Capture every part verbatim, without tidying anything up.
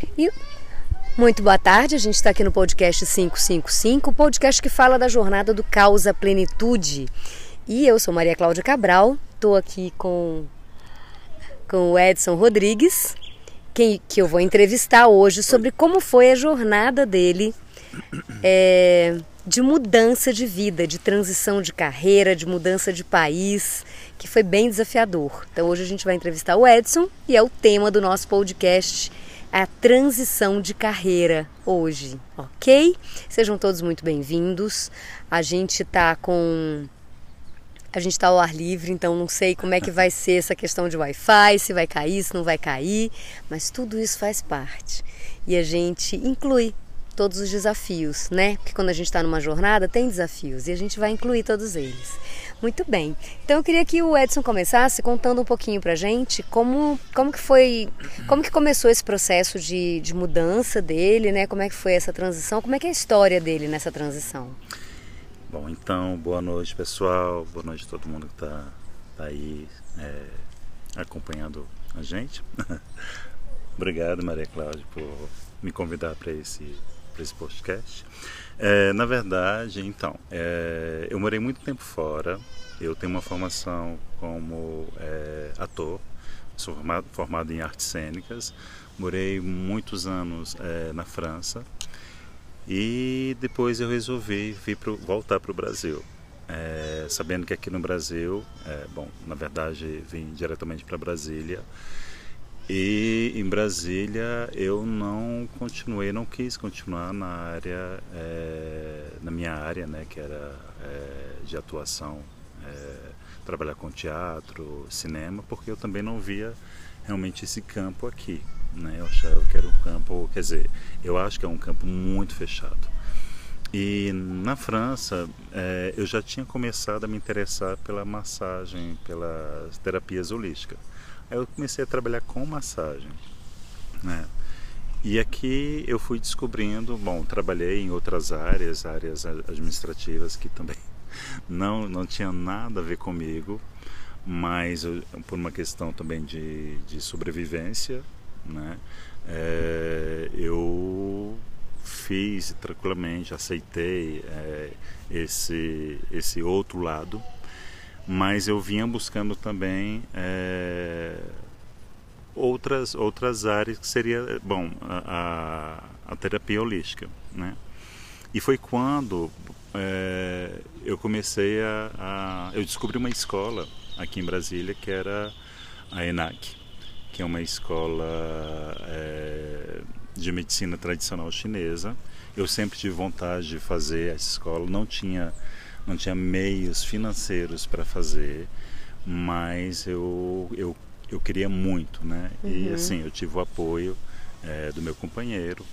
E muito boa tarde, a gente está aqui no podcast quinhentos e cinquenta e cinco, o podcast que fala da jornada do caos à plenitude. E eu sou Maria Cláudia Cabral, estou aqui com, com o Edson Rodrigues, que, que eu vou entrevistar hoje sobre como foi a jornada dele é, de mudança de vida, de transição de carreira, de mudança de país, que foi bem desafiador. Então hoje a gente vai entrevistar o Edson e é o tema do nosso podcast, a transição de carreira hoje, ok? Sejam todos muito bem-vindos. A gente tá com... A gente tá ao ar livre, então não sei como é que vai ser essa questão de Wi-Fi, se vai cair, se não vai cair, mas tudo isso faz parte. E a gente inclui todos os desafios, né? Porque quando a gente está numa jornada tem desafios e a gente vai incluir todos eles. Muito bem. Então eu queria que o Edson começasse contando um pouquinho pra gente como, como que foi, como que começou esse processo de, de mudança dele, né? Como é que foi essa transição, como é que é a história dele nessa transição? Bom, então, boa noite, pessoal, boa noite a todo mundo que está tá aí é, acompanhando a gente. Obrigado, Maria Cláudia, por me convidar para esse, para esse podcast. É, na verdade, então, é, eu morei muito tempo fora, eu tenho uma formação como é, ator, sou formado, formado em artes cênicas, morei muitos anos é, na França. E depois eu resolvi vir pro, voltar para o Brasil, é, sabendo que aqui no Brasil, é, bom, na verdade vim diretamente para Brasília, e em Brasília eu não continuei, não quis continuar na área, é, na minha área, né, que era é, de atuação, é, trabalhar com teatro, cinema, porque eu também não via realmente esse campo aqui. Né? Eu achava que era um campo, quer dizer, eu acho que é um campo muito fechado. E na França, é, eu já tinha começado a me interessar pela massagem, pelas terapias holísticas. Aí eu comecei a trabalhar com massagem, né? E aqui eu fui descobrindo, bom, trabalhei em outras áreas, áreas administrativas que também não, não tinha nada a ver comigo, mas eu, por uma questão também de, de sobrevivência, né? É, eu fiz tranquilamente, aceitei é, esse, esse outro lado, mas eu vinha buscando também é, outras, outras áreas que seria, bom, a, a, a terapia holística, né? E foi quando é, eu comecei a, a... eu descobri uma escola aqui em Brasília que era a ENAC, que é uma escola é, de medicina tradicional chinesa. Eu sempre tive vontade de fazer essa escola, não tinha, não tinha meios financeiros para fazer, mas eu, eu, eu queria muito, né? Uhum. E assim, eu tive o apoio é, do meu companheiro,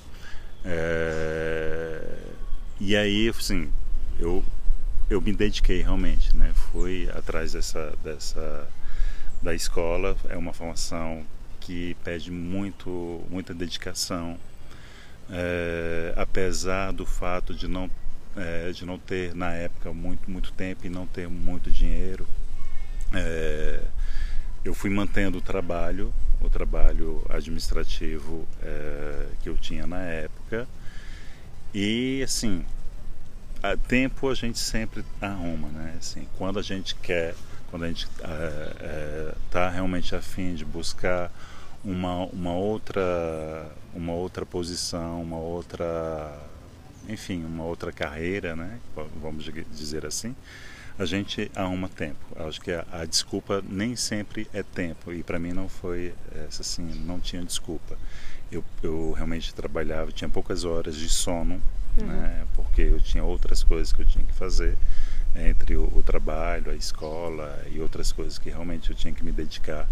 é, e aí, assim, eu, eu me dediquei realmente, né? Fui atrás dessa... dessa da escola. É uma formação que pede muito, muita dedicação, é, apesar do fato de não, é, de não ter na época muito, muito tempo e não ter muito dinheiro. É, eu fui mantendo o trabalho, o trabalho administrativo é, que eu tinha na época, e assim, a tempo a gente sempre arruma, né? Assim, quando a gente quer, quando a gente está é, é, realmente a fim de buscar uma, uma, outra, uma outra posição, uma outra, enfim, uma outra carreira, né? Vamos dizer assim, a gente arruma tempo. Acho que a, a desculpa nem sempre é tempo, e para mim não foi essa, assim, não tinha desculpa. Eu, eu realmente trabalhava, tinha poucas horas de sono, uhum. né? Porque eu tinha outras coisas que eu tinha que fazer, entre o, o trabalho, a escola e outras coisas que realmente eu tinha que me dedicar.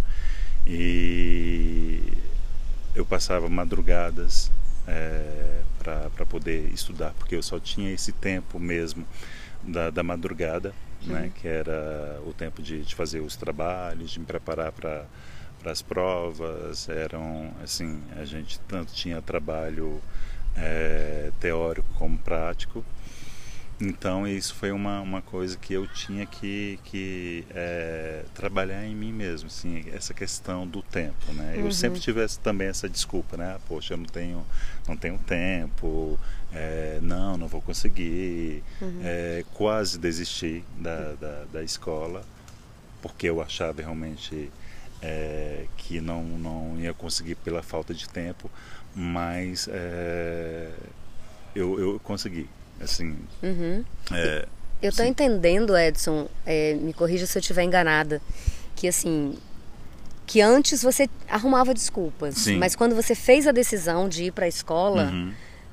E eu passava madrugadas é, para poder estudar, porque eu só tinha esse tempo mesmo da, da madrugada, uhum. né, que era o tempo de, de fazer os trabalhos, de me preparar para as provas. Eram assim, a gente tanto tinha trabalho é, teórico como prático. Então isso foi uma, uma coisa que eu tinha que, que é, trabalhar em mim mesmo, assim, essa questão do tempo, né? Eu Uhum. sempre tive essa, também essa desculpa, né? Ah, poxa, eu não tenho, não tenho tempo, é, não, não vou conseguir, Uhum. é, quase desisti da, da, da escola, porque eu achava realmente é, que não, não ia conseguir pela falta de tempo, mas é, eu, eu consegui. Assim, Uhum. é, eu tô sim. entendendo, Edson, é, me corrija se eu estiver enganada, que assim, que antes você arrumava desculpas, Sim. mas quando você fez a decisão de ir pra escola, Uhum.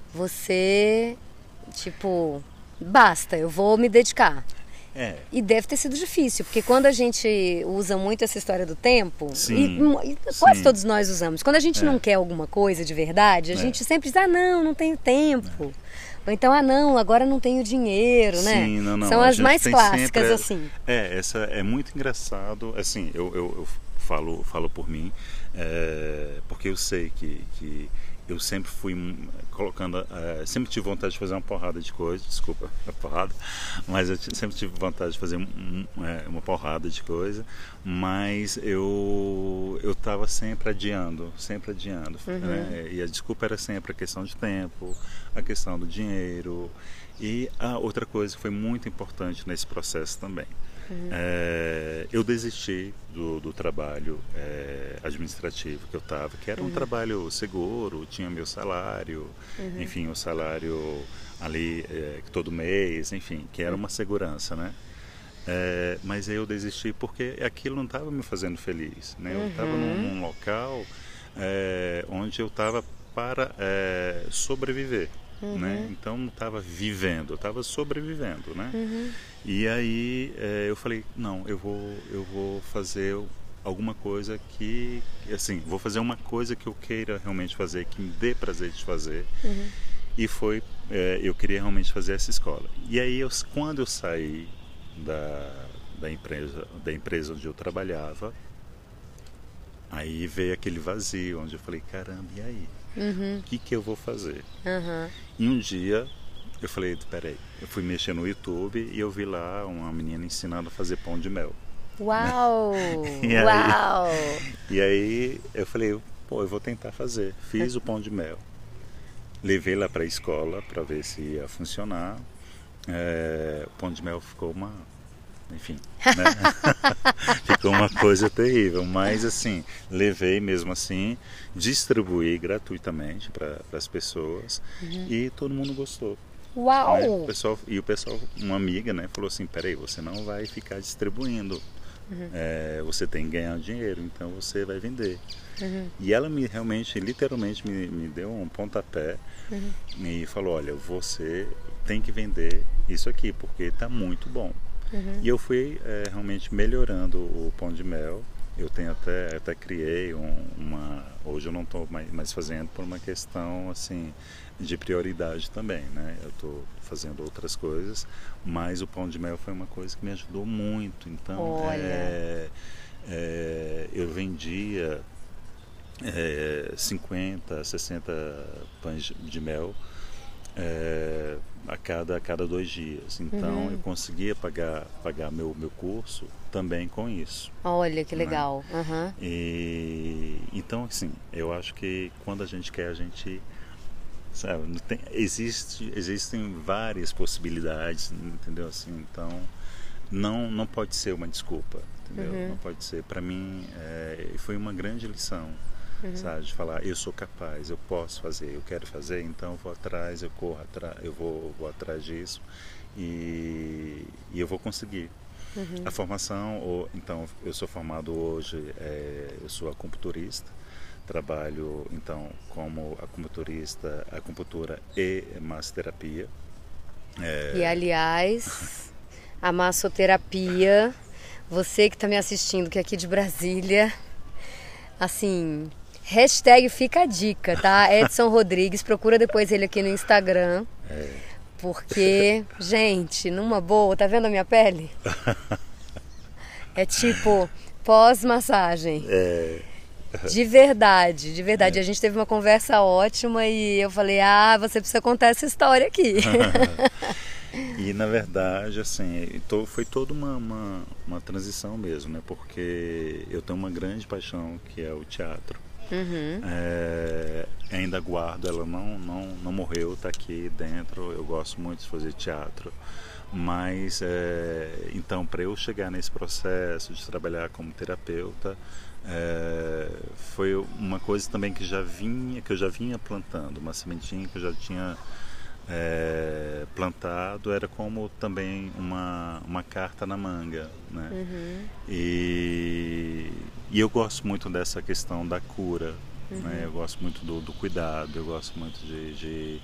você, tipo, basta, eu vou me dedicar. É. E deve ter sido difícil, porque quando a gente usa muito essa história do tempo, Sim, e, e quase sim. todos nós usamos, quando a gente É. não quer alguma coisa de verdade, a É. gente sempre diz, ah não, não tenho tempo. Ou então, ah não, agora não tenho dinheiro, né? Sim, não, não. São A as gente mais tem clássicas, sempre- assim. É, essa é muito engraçado. Assim, eu, eu, eu falo, falo por mim, é, porque eu sei que, que eu sempre fui hum, colocando, é, sempre tive vontade de fazer uma porrada de coisas, desculpa a porrada, mas eu t- sempre tive vontade de fazer um, um, é, uma porrada de coisa, mas eu eu estava sempre adiando, sempre adiando, Uhum. né? E a desculpa era sempre a questão de tempo, a questão do dinheiro. E a outra coisa que foi muito importante nesse processo também, Uhum. é, eu desisti do, do trabalho é, administrativo que eu estava, que era um Uhum. trabalho seguro, tinha meu salário, Uhum. enfim, o salário ali é, todo mês, enfim, que era uma segurança, né? É, mas aí eu desisti porque aquilo não estava me fazendo feliz, né? Eu estava Uhum. num, num local é, onde eu estava para é, sobreviver. Uhum. Né? Então não estava vivendo, eu estava sobrevivendo, né? Uhum. E aí é, eu falei, não, eu vou, eu vou fazer alguma coisa que, assim, vou fazer uma coisa que eu queira realmente fazer, que me dê prazer de fazer. Uhum. E foi, é, eu queria realmente fazer essa escola. E aí eu, quando eu saí da, da empresa, da empresa onde eu trabalhava, aí veio aquele vazio, onde eu falei, caramba, e aí? Uhum. O que que eu vou fazer? Uhum. E um dia eu falei, peraí, eu fui mexer no YouTube e eu vi lá uma menina ensinando a fazer pão de mel. Uau! E aí- Uau! E aí eu falei, pô, eu vou tentar fazer. Fiz o pão de mel, levei lá para a escola para ver se ia funcionar. É, o pão de mel ficou uma, enfim, né? Ficou uma coisa terrível, mas assim, levei mesmo assim, distribuí gratuitamente para as pessoas e todo mundo gostou. Uau! Né? O pessoal, e o pessoal, uma amiga, né, falou assim, peraí, você não vai ficar distribuindo, Uhum. é, você tem que ganhar dinheiro, então você vai vender. Uhum. E ela me realmente, literalmente me, me deu um pontapé Uhum. e falou, olha, você tem que vender isso aqui, porque está muito bom. Uhum. E eu fui é, realmente melhorando o pão de mel. Eu tenho até, até criei um, uma... Hoje eu não estou mais, mais fazendo por uma questão assim de prioridade também, né? Eu estou fazendo outras coisas, mas o pão de mel foi uma coisa que me ajudou muito. Então, Olha. é, é, eu vendia é, cinquenta, sessenta pães de mel é, a, cada, a cada dois dias. Então, Uhum. eu conseguia pagar, pagar meu, meu curso também com isso. Olha que legal. Uhum. E, então, assim, eu acho que quando a gente quer, a gente... Sabe, não tem, existe, existem várias possibilidades, entendeu? Assim, então, não, não pode ser uma desculpa, entendeu? Uhum. Não pode ser. Para mim, é, foi uma grande lição, Uhum. sabe? De falar, eu sou capaz, eu posso fazer, eu quero fazer, então eu vou atrás, eu corro atrás, eu vou, vou atrás disso e, e eu vou conseguir. Uhum. A formação, ou, então, eu sou formado hoje, é, eu sou acupunturista. Trabalho, então, como acupunturista, acupuntura e massoterapia. É... E, aliás, a massoterapia, você que está me assistindo, que é aqui de Brasília, assim, hashtag fica a dica, tá? Edson Rodrigues, procura depois ele aqui no Instagram. É. Porque, gente, numa boa, tá vendo a minha pele? É tipo pós-massagem. É... De verdade, de verdade. É. A gente teve uma conversa ótima e eu falei, ah, você precisa contar essa história aqui. E na verdade, assim, foi toda uma, uma, uma transição mesmo, né? Porque eu tenho uma grande paixão que é o teatro. Uhum. É, ainda guardo, ela não, não, não morreu, está aqui dentro. Eu gosto muito de fazer teatro. Mas, é, então, para eu chegar nesse processo de trabalhar como terapeuta, é, foi uma coisa também que já vinha, que eu já vinha plantando, uma sementinha que eu já tinha é, plantado, era como também uma, uma carta na manga, né? Uhum. E, e eu gosto muito dessa questão da cura, uhum. né? Eu gosto muito do, do cuidado, eu gosto muito de... de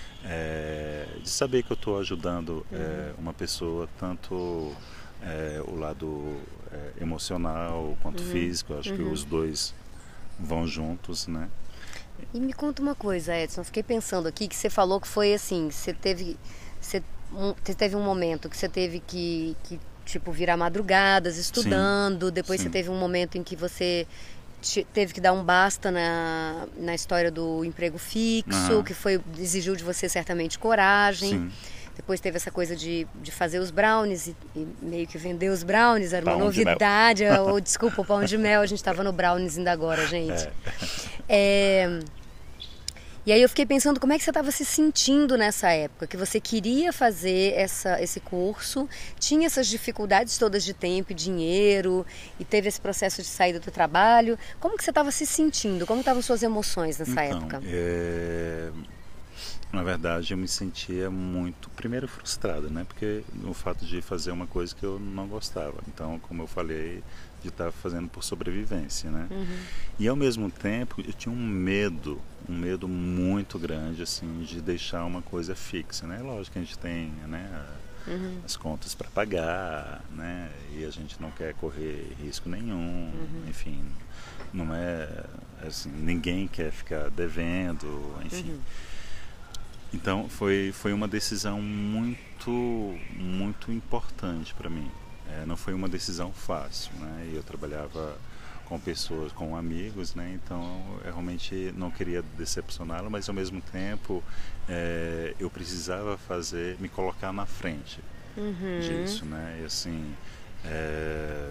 É, de saber que eu estou ajudando uhum. é, uma pessoa, tanto é, o lado é, emocional quanto uhum. físico. Eu acho uhum. que os dois vão juntos, né? E me conta uma coisa, Edson, eu fiquei pensando aqui que você falou que foi assim, você teve, você, um, você teve um momento que você teve que, que tipo, virar madrugadas estudando, Sim. depois Sim. você teve um momento em que você teve que dar um basta na, na história do emprego fixo, uhum. que foi, exigiu de você certamente coragem. Sim. Depois teve essa coisa de, de fazer os brownies e, e meio que vender os brownies, era uma pão novidade. Ou, desculpa, o pão de mel, a gente estava no brownies ainda agora, gente. É. É, e aí eu fiquei pensando como é que você estava se sentindo nessa época, que você queria fazer essa, esse curso, tinha essas dificuldades todas de tempo e dinheiro, e teve esse processo de saída do trabalho. Como que você estava se sentindo? Como estavam suas emoções nessa então, época? É... Na verdade, eu me sentia muito, primeiro frustrado, né? Porque o fato de fazer uma coisa que eu não gostava. Então, como eu falei, de estar fazendo por sobrevivência, né? Uhum. E ao mesmo tempo, eu tinha um medo, um medo muito grande, assim, de deixar uma coisa fixa, né? Lógico que a gente tem, né? Uhum. As contas para pagar, né? E a gente não quer correr risco nenhum, uhum. enfim, não é assim, ninguém quer ficar devendo, enfim. Uhum. Então foi foi uma decisão muito muito importante para mim. É, não foi uma decisão fácil, né? Eu trabalhava com pessoas, com amigos, né? Então eu realmente não queria decepcioná-lo, mas ao mesmo tempo é, eu precisava fazer, me colocar na frente uhum. disso, né? E assim, é,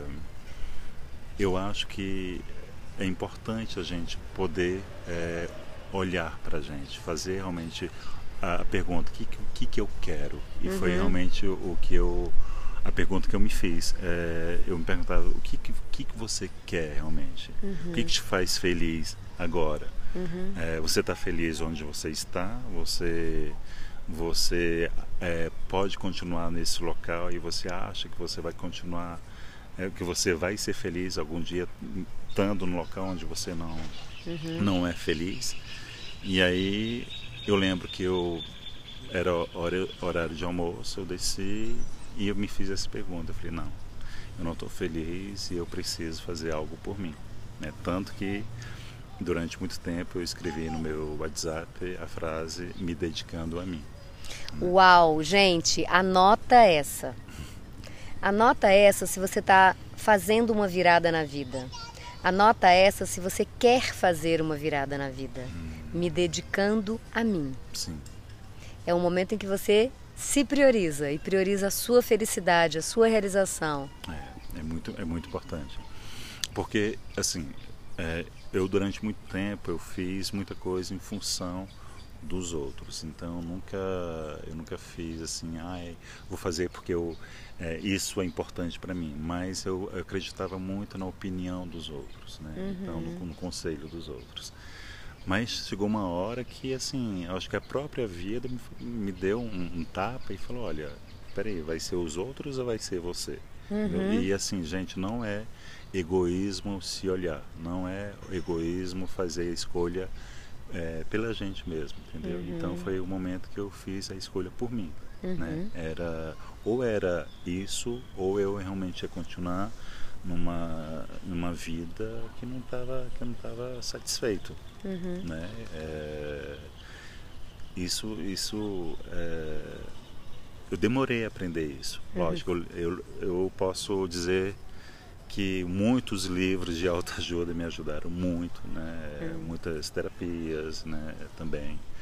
eu acho que é importante a gente poder é, olhar para a gente, fazer realmente a pergunta, o que, que, que eu quero? E uhum. foi realmente o que eu, a pergunta que eu me fiz. É, eu me perguntava, o que, que, que você quer realmente? Uhum. O que, que te faz feliz agora? Uhum. É, você está feliz onde você está? Você, você é, pode continuar nesse local e você acha que você vai continuar, é, que você vai ser feliz algum dia estando no local onde você não, uhum. não é feliz? E aí eu lembro que eu era hora, horário de almoço, eu desci e eu me fiz essa pergunta. Eu falei, não, eu não estou feliz e eu preciso fazer algo por mim. Né? Tanto que durante muito tempo eu escrevi no meu WhatsApp a frase me dedicando a mim. Né? Uau, gente, anota essa. Anota essa se você está fazendo uma virada na vida. Anota essa se você quer fazer uma virada na vida. Hum. Me dedicando a mim. Sim. É um momento em que você se prioriza e prioriza a sua felicidade, a sua realização. É, é muito, é muito importante. Porque, assim, é, eu durante muito tempo eu fiz muita coisa em função dos outros. Então, nunca, eu nunca fiz assim, ah, vou fazer porque eu, é, isso é importante para mim. Mas eu, eu acreditava muito na opinião dos outros, né? Uhum. Então, no, no conselho dos outros. Mas chegou uma hora que, assim, acho que a própria vida me, me deu um, um tapa e falou, olha, peraí, vai ser os outros ou vai ser você? Uhum. E assim, gente, não é egoísmo se olhar, não é egoísmo fazer a escolha é, pela gente mesmo, entendeu? Uhum. Então foi o momento que eu fiz a escolha por mim, uhum. né? Era, ou era isso, ou eu realmente ia continuar numa, numa vida que não estava que eu não estava satisfeito. Uhum. Né? É, isso, isso é, eu demorei a aprender isso. Uhum. Lógico, eu, eu, eu posso dizer que muitos livros de autoajuda me ajudaram muito, né? Uhum. Muitas terapias, né? Também.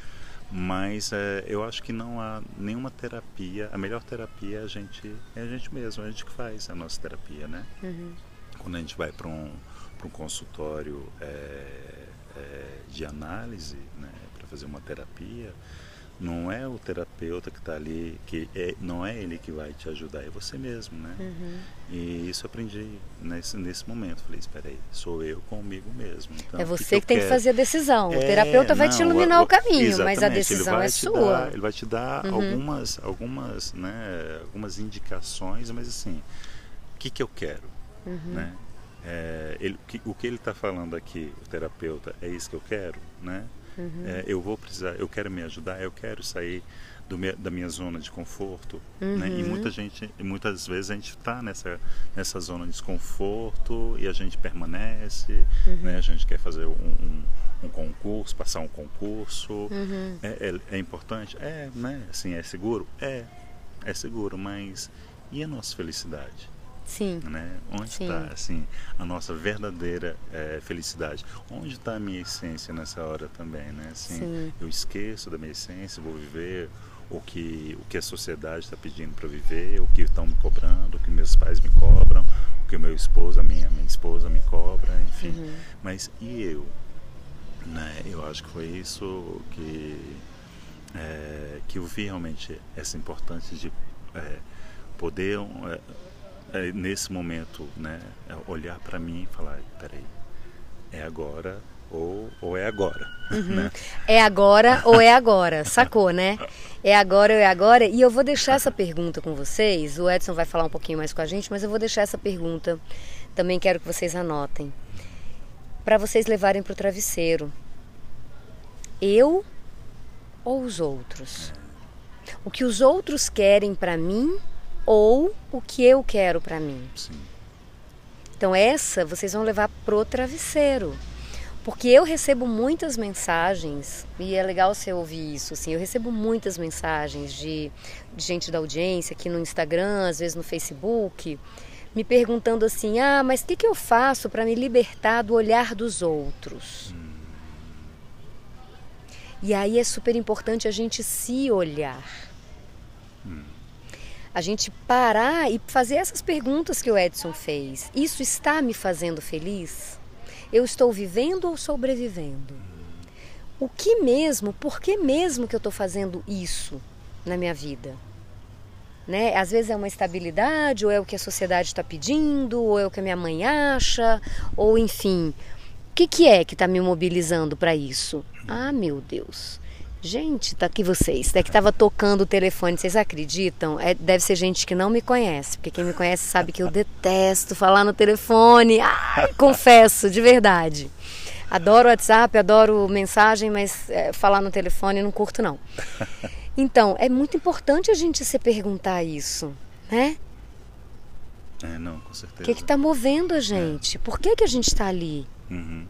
Mas é, eu acho que não há nenhuma terapia. A melhor terapia é a gente, é a gente mesmo, a gente que faz a nossa terapia, né? Uhum. Quando a gente vai para um, para um consultório é, é, de análise, né, para fazer uma terapia, não é o terapeuta que está ali, que é, não é ele que vai te ajudar, é você mesmo, né? Uhum. E isso eu aprendi nesse, nesse momento. Falei, espera aí, sou eu comigo mesmo. Então, É você que, que, que tem quero? que fazer a decisão. É, o terapeuta vai não, te iluminar o, o caminho, exatamente, mas a decisão ele é sua. Dar, ele vai te dar uhum. algumas, algumas, né, algumas indicações, mas assim, o que, que eu quero? Uhum. Né? É, ele, o, que, o que ele está falando aqui, o terapeuta, é isso que eu quero, né? Uhum. É, eu vou precisar, eu quero me ajudar, eu quero sair do me, da minha zona de conforto, uhum. né? E muita gente, muitas vezes a gente está nessa nessa zona de desconforto e a gente permanece, uhum. né? A gente quer fazer um, um, um concurso, passar um concurso, uhum. é, é, é importante, é, né? Assim, é seguro, é, é seguro, mas e a nossa felicidade? Sim. Né? Onde está assim, a nossa verdadeira é, felicidade? Onde está a minha essência nessa hora também? Né? Assim, eu esqueço da minha essência, vou viver o que, o que a sociedade está pedindo para viver, o que estão me cobrando, o que meus pais me cobram, o que o meu esposo, a minha, minha esposa me cobra, enfim. Uhum. Mas e eu? Né? Eu acho que foi isso que, é, que eu vi realmente essa importância de é, poder... É, nesse momento, né, olhar para mim e falar, peraí, é agora ou, ou é agora, uhum. né? É agora ou é agora, sacou, né? É agora ou é agora, e eu vou deixar essa pergunta com vocês, o Edson vai falar um pouquinho mais com a gente, mas eu vou deixar essa pergunta, também quero que vocês anotem, para vocês levarem para o travesseiro. Eu ou os outros? O que os outros querem para mim ou o que eu quero para mim. Sim. Então essa vocês vão levar pro travesseiro. Porque eu recebo muitas mensagens, e é legal você ouvir isso, assim, eu recebo muitas mensagens de, de gente da audiência aqui no Instagram, às vezes no Facebook, me perguntando assim, ah, mas o que, que eu faço para me libertar do olhar dos outros? Hum. E aí é super importante a gente se olhar. Hum. A gente parar e fazer essas perguntas que o Edson fez. Isso está me fazendo feliz? Eu estou vivendo ou sobrevivendo? O que mesmo, por que mesmo que eu estou fazendo isso na minha vida? Né? Às vezes é uma estabilidade, ou é o que a sociedade está pedindo, ou é o que a minha mãe acha, ou enfim. O que, que é que está me mobilizando para isso? Ah, meu Deus! Gente, tá aqui vocês, daqui estava tocando o telefone, vocês acreditam? É, deve ser gente que não me conhece, porque quem me conhece sabe que eu detesto falar no telefone, ai, confesso, de verdade. Adoro WhatsApp, adoro mensagem, mas é, falar no telefone não curto não. Então, é muito importante a gente se perguntar isso, né? É, não, com certeza. O que está movendo a gente? É. Por que, que a gente está ali? Uhum.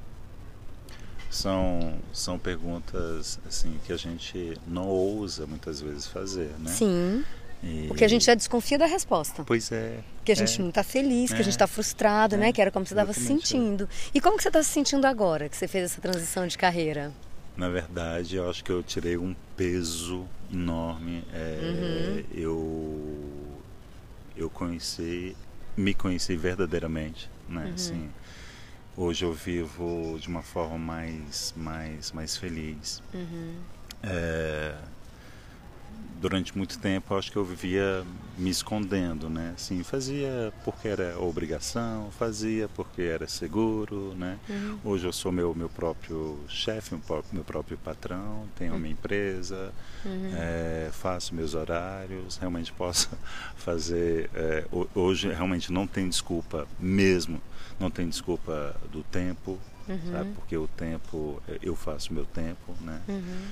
São, são perguntas assim, que a gente não ousa muitas vezes fazer, né? Sim, e... porque a gente já desconfia da resposta. Pois é. Que a gente é, não está feliz, que é, a gente está frustrado, é, né? Que era como você estava se sentindo. É. E como que você está se sentindo agora, que você fez essa transição de carreira? Na verdade, eu acho que eu tirei um peso enorme. É, uhum. Eu, eu conheci, me conheci verdadeiramente, né? Uhum. Assim, hoje eu vivo de uma forma mais, mais, mais feliz. Uhum. É, durante muito tempo, eu acho que eu vivia me escondendo, né? Assim, fazia porque era obrigação, fazia porque era seguro, né? Uhum. Hoje eu sou meu, meu próprio chefe, meu próprio patrão, tenho uhum. minha empresa, uhum. é, faço meus horários, realmente posso fazer... É, hoje realmente não tem desculpa mesmo. Não tem desculpa do tempo, uhum. sabe? Porque o tempo, eu faço o meu tempo, né? Uhum.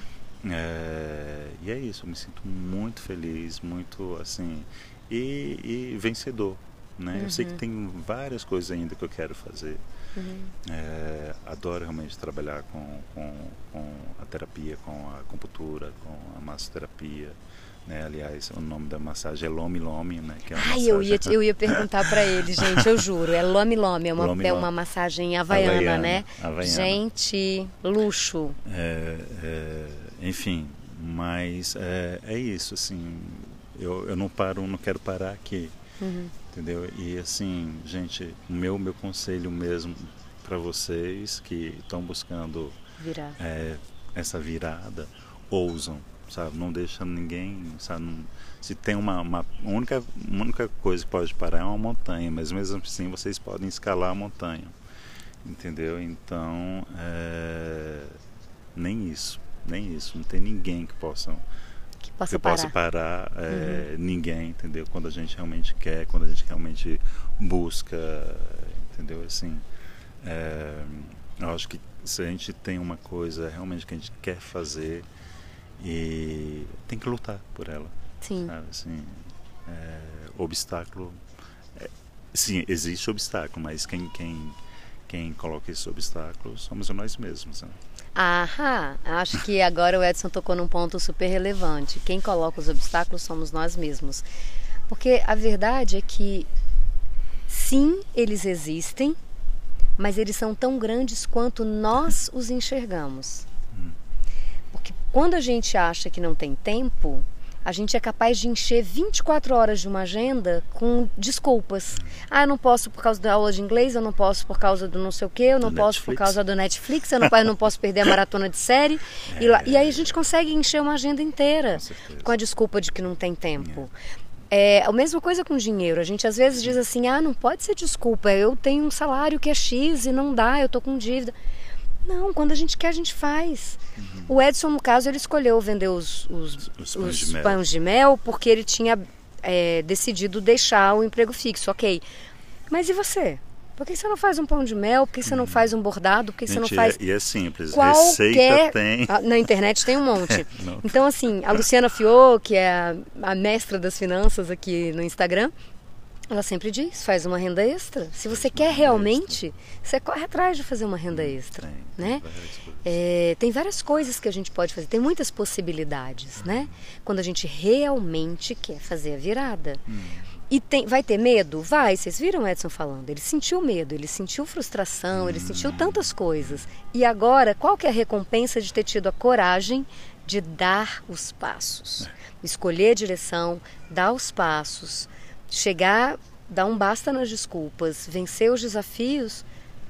É, e é isso, eu me sinto muito feliz, muito assim, e, e vencedor, né? Uhum. Eu sei que tem várias coisas ainda que eu quero fazer. Uhum. É, adoro realmente trabalhar com, com, com a terapia, com a acupuntura, com a massoterapia. Né? Aliás, o nome da massagem é Lomi Lomi, né? Que é uma Ai, massagem... eu ia, eu ia perguntar para ele, gente, eu juro, é Lomi Lomi, é uma, Lomi, é uma massagem havaiana, havaiana, né? Havaiana. Gente, luxo. É, é, enfim, Mas é, é isso, assim, eu, eu não paro, não quero parar aqui, Uhum. entendeu? E assim, gente, o meu, meu conselho mesmo para vocês que estão buscando Virar. é, essa virada, ousam, sabe? Não deixa ninguém, sabe? Não, se tem uma, uma única, uma única coisa que pode parar é uma montanha, mas mesmo assim vocês podem escalar a montanha, entendeu? Então, é, nem isso, nem isso, não tem ninguém que possa Que possa que parar. possa parar é, Uhum. ninguém, entendeu? Quando a gente realmente quer, quando a gente realmente busca, entendeu? Assim, é, eu acho que se a gente tem uma coisa realmente que a gente quer fazer, e tem que lutar por ela. Sim. Sabe? Assim, é, obstáculo, é, sim, existe obstáculo, mas quem, quem, quem coloca esse obstáculo somos nós mesmos, né? Aham, acho que agora o Edson tocou num ponto super relevante. Quem coloca os obstáculos somos nós mesmos. Porque a verdade é que, sim, eles existem, mas eles são tão grandes quanto nós os enxergamos. Porque quando a gente acha que não tem tempo, a gente é capaz de encher vinte e quatro horas de uma agenda com desculpas. Ah, eu não posso por causa da aula de inglês, eu não posso por causa do não sei o quê, eu não Do posso Netflix. por causa do Netflix, eu não, eu não posso perder a maratona de série. E, lá- e aí a gente consegue encher uma agenda inteira Com certeza. com a desculpa de que não tem tempo. É a mesma coisa com dinheiro. A gente às vezes diz assim, ah, não pode ser desculpa, eu tenho um salário que é X e não dá, eu tô com dívida. Não, quando a gente quer, a gente faz. Uhum. O Edson, no caso, ele escolheu vender os, os, Os os pães de mel. pães de mel porque ele tinha é, decidido deixar o emprego fixo, ok. Mas e você? Por que você não faz um pão de mel? Por que você não faz um bordado? Por que você não Gente, faz... e é simples, Qualquer... receita tem. Ah, na internet tem um monte. Não. Então, assim, a Luciana Fiô, que é a, a mestra das finanças aqui no Instagram, ela sempre diz, faz uma renda extra. Se você Faz uma quer renda realmente, extra. você corre atrás de fazer uma renda extra, Tem, né? tem várias coisas. É, tem várias coisas que a gente pode fazer, tem muitas possibilidades, né? Quando a gente realmente quer fazer a virada. Hum. E tem, vai ter medo? Vai, vocês viram o Edson falando, ele sentiu medo, ele sentiu frustração, ele sentiu tantas coisas. E agora, qual que é a recompensa de ter tido a coragem de dar os passos? Escolher a direção, dar os passos, chegar, dar um basta nas desculpas, vencer os desafios,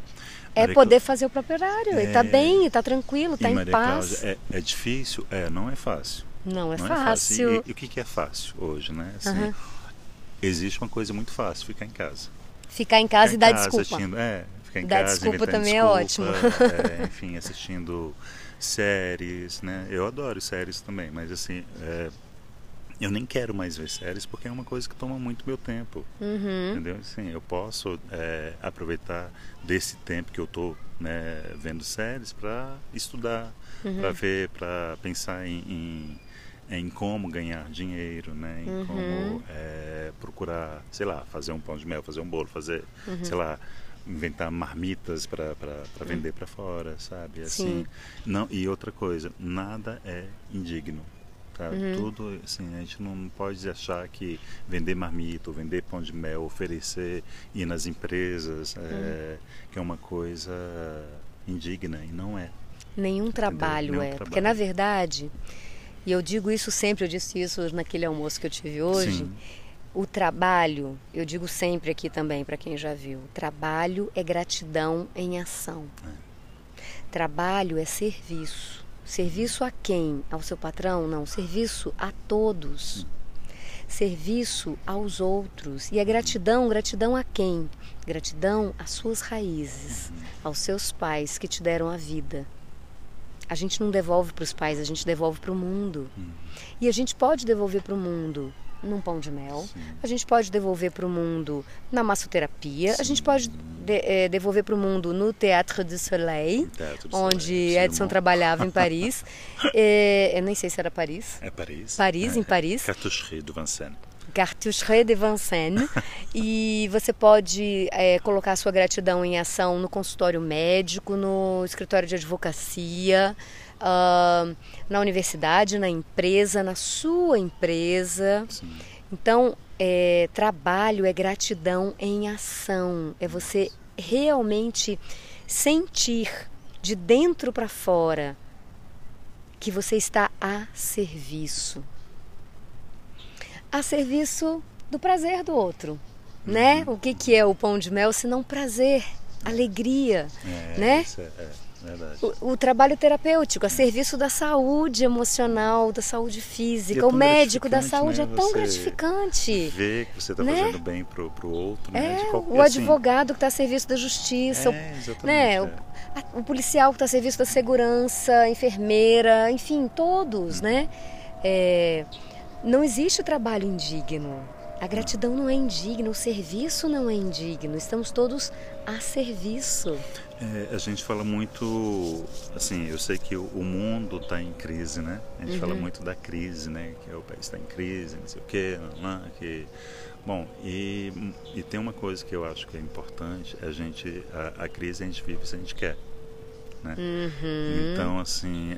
é Maria poder Clá- fazer o próprio horário. É. E tá bem, e tá tranquilo, tá E em Maria paz. Cláudia, é, é difícil? É, não é fácil. Não é não fácil. É fácil. E, e o que, que é fácil hoje, né? Assim, Aham. existe uma coisa muito fácil, ficar em casa. Ficar em casa Ficar e dar em casa, desculpa. assistindo- é, ficar em Dar casa, desculpa inventando também é desculpa, ótimo. é, enfim, assistindo séries, né? Eu adoro séries também, mas assim, é, eu nem quero mais ver séries porque é uma coisa que toma muito meu tempo, Uhum. entendeu? Assim, eu posso é, aproveitar desse tempo que eu tô, né, vendo séries para estudar, Uhum. para ver, para pensar em, em em como ganhar dinheiro, né? Em Uhum. como é, procurar, sei lá, fazer um pão de mel, fazer um bolo, fazer, Uhum. sei lá, inventar marmitas para vender para fora, sabe? Assim, Sim. não, e outra coisa, nada é indigno. Sabe? Uhum. Tudo, assim, a gente não pode achar que vender marmita, ou vender pão de mel, oferecer, ir nas empresas, é, que é uma coisa indigna, e não é. Nenhum trabalho Nenhum é. trabalho. Porque, na verdade, e eu digo isso sempre, eu disse isso naquele almoço que eu tive hoje, Sim. o trabalho, eu digo sempre aqui também para quem já viu, trabalho é gratidão em ação. Trabalho é serviço. Serviço a quem? Ao seu patrão? Não, serviço a todos. Serviço aos outros. E a gratidão, gratidão a quem? Gratidão às suas raízes, aos seus pais que te deram a vida. A gente não devolve para os pais, a gente devolve para o mundo. E a gente pode devolver para o mundo num pão de mel, Sim. a gente pode devolver para o mundo na massoterapia, a gente pode de, é, devolver para o mundo no Théâtre du Soleil, Teatro do onde Soleil, Edson Simon. trabalhava em Paris. É, eu nem sei se era Paris. É Paris. Paris, é, em Paris. Cartoucherie de Vincennes. Cartoucherie de Vincennes. E você pode é, colocar a sua gratidão em ação no consultório médico, no escritório de advocacia, uh, na universidade, na empresa, na sua empresa. Sim. Então, é, trabalho é gratidão em ação. É você realmente sentir de dentro para fora que você está a serviço. A serviço do prazer do outro, uhum. né? O que, que é o pão de mel se não prazer, alegria, é, né? Isso é, é verdade. O, o trabalho terapêutico, a serviço da saúde emocional, da saúde física. É o médico da saúde, né? É tão gratificante. Ver que você está, né? fazendo bem pro, pro outro, né? É, De qualquer, o advogado assim, que está a serviço da justiça, é, exatamente, né? é. o, a, o policial que está a serviço da segurança, a enfermeira, enfim, todos, hum. né? É, não existe trabalho indigno. A gratidão não é indigna, o serviço não é indigno. Estamos todos a serviço. É, a gente fala muito, assim, eu sei que o, o mundo está em crise, né? A gente uhum. fala muito da crise, né? Que o país está em crise, não sei o quê, não, não, que... Bom, e, e tem uma coisa que eu acho que é importante, a gente, a, a crise a gente vive se a gente quer. Né? Uhum. Então, assim,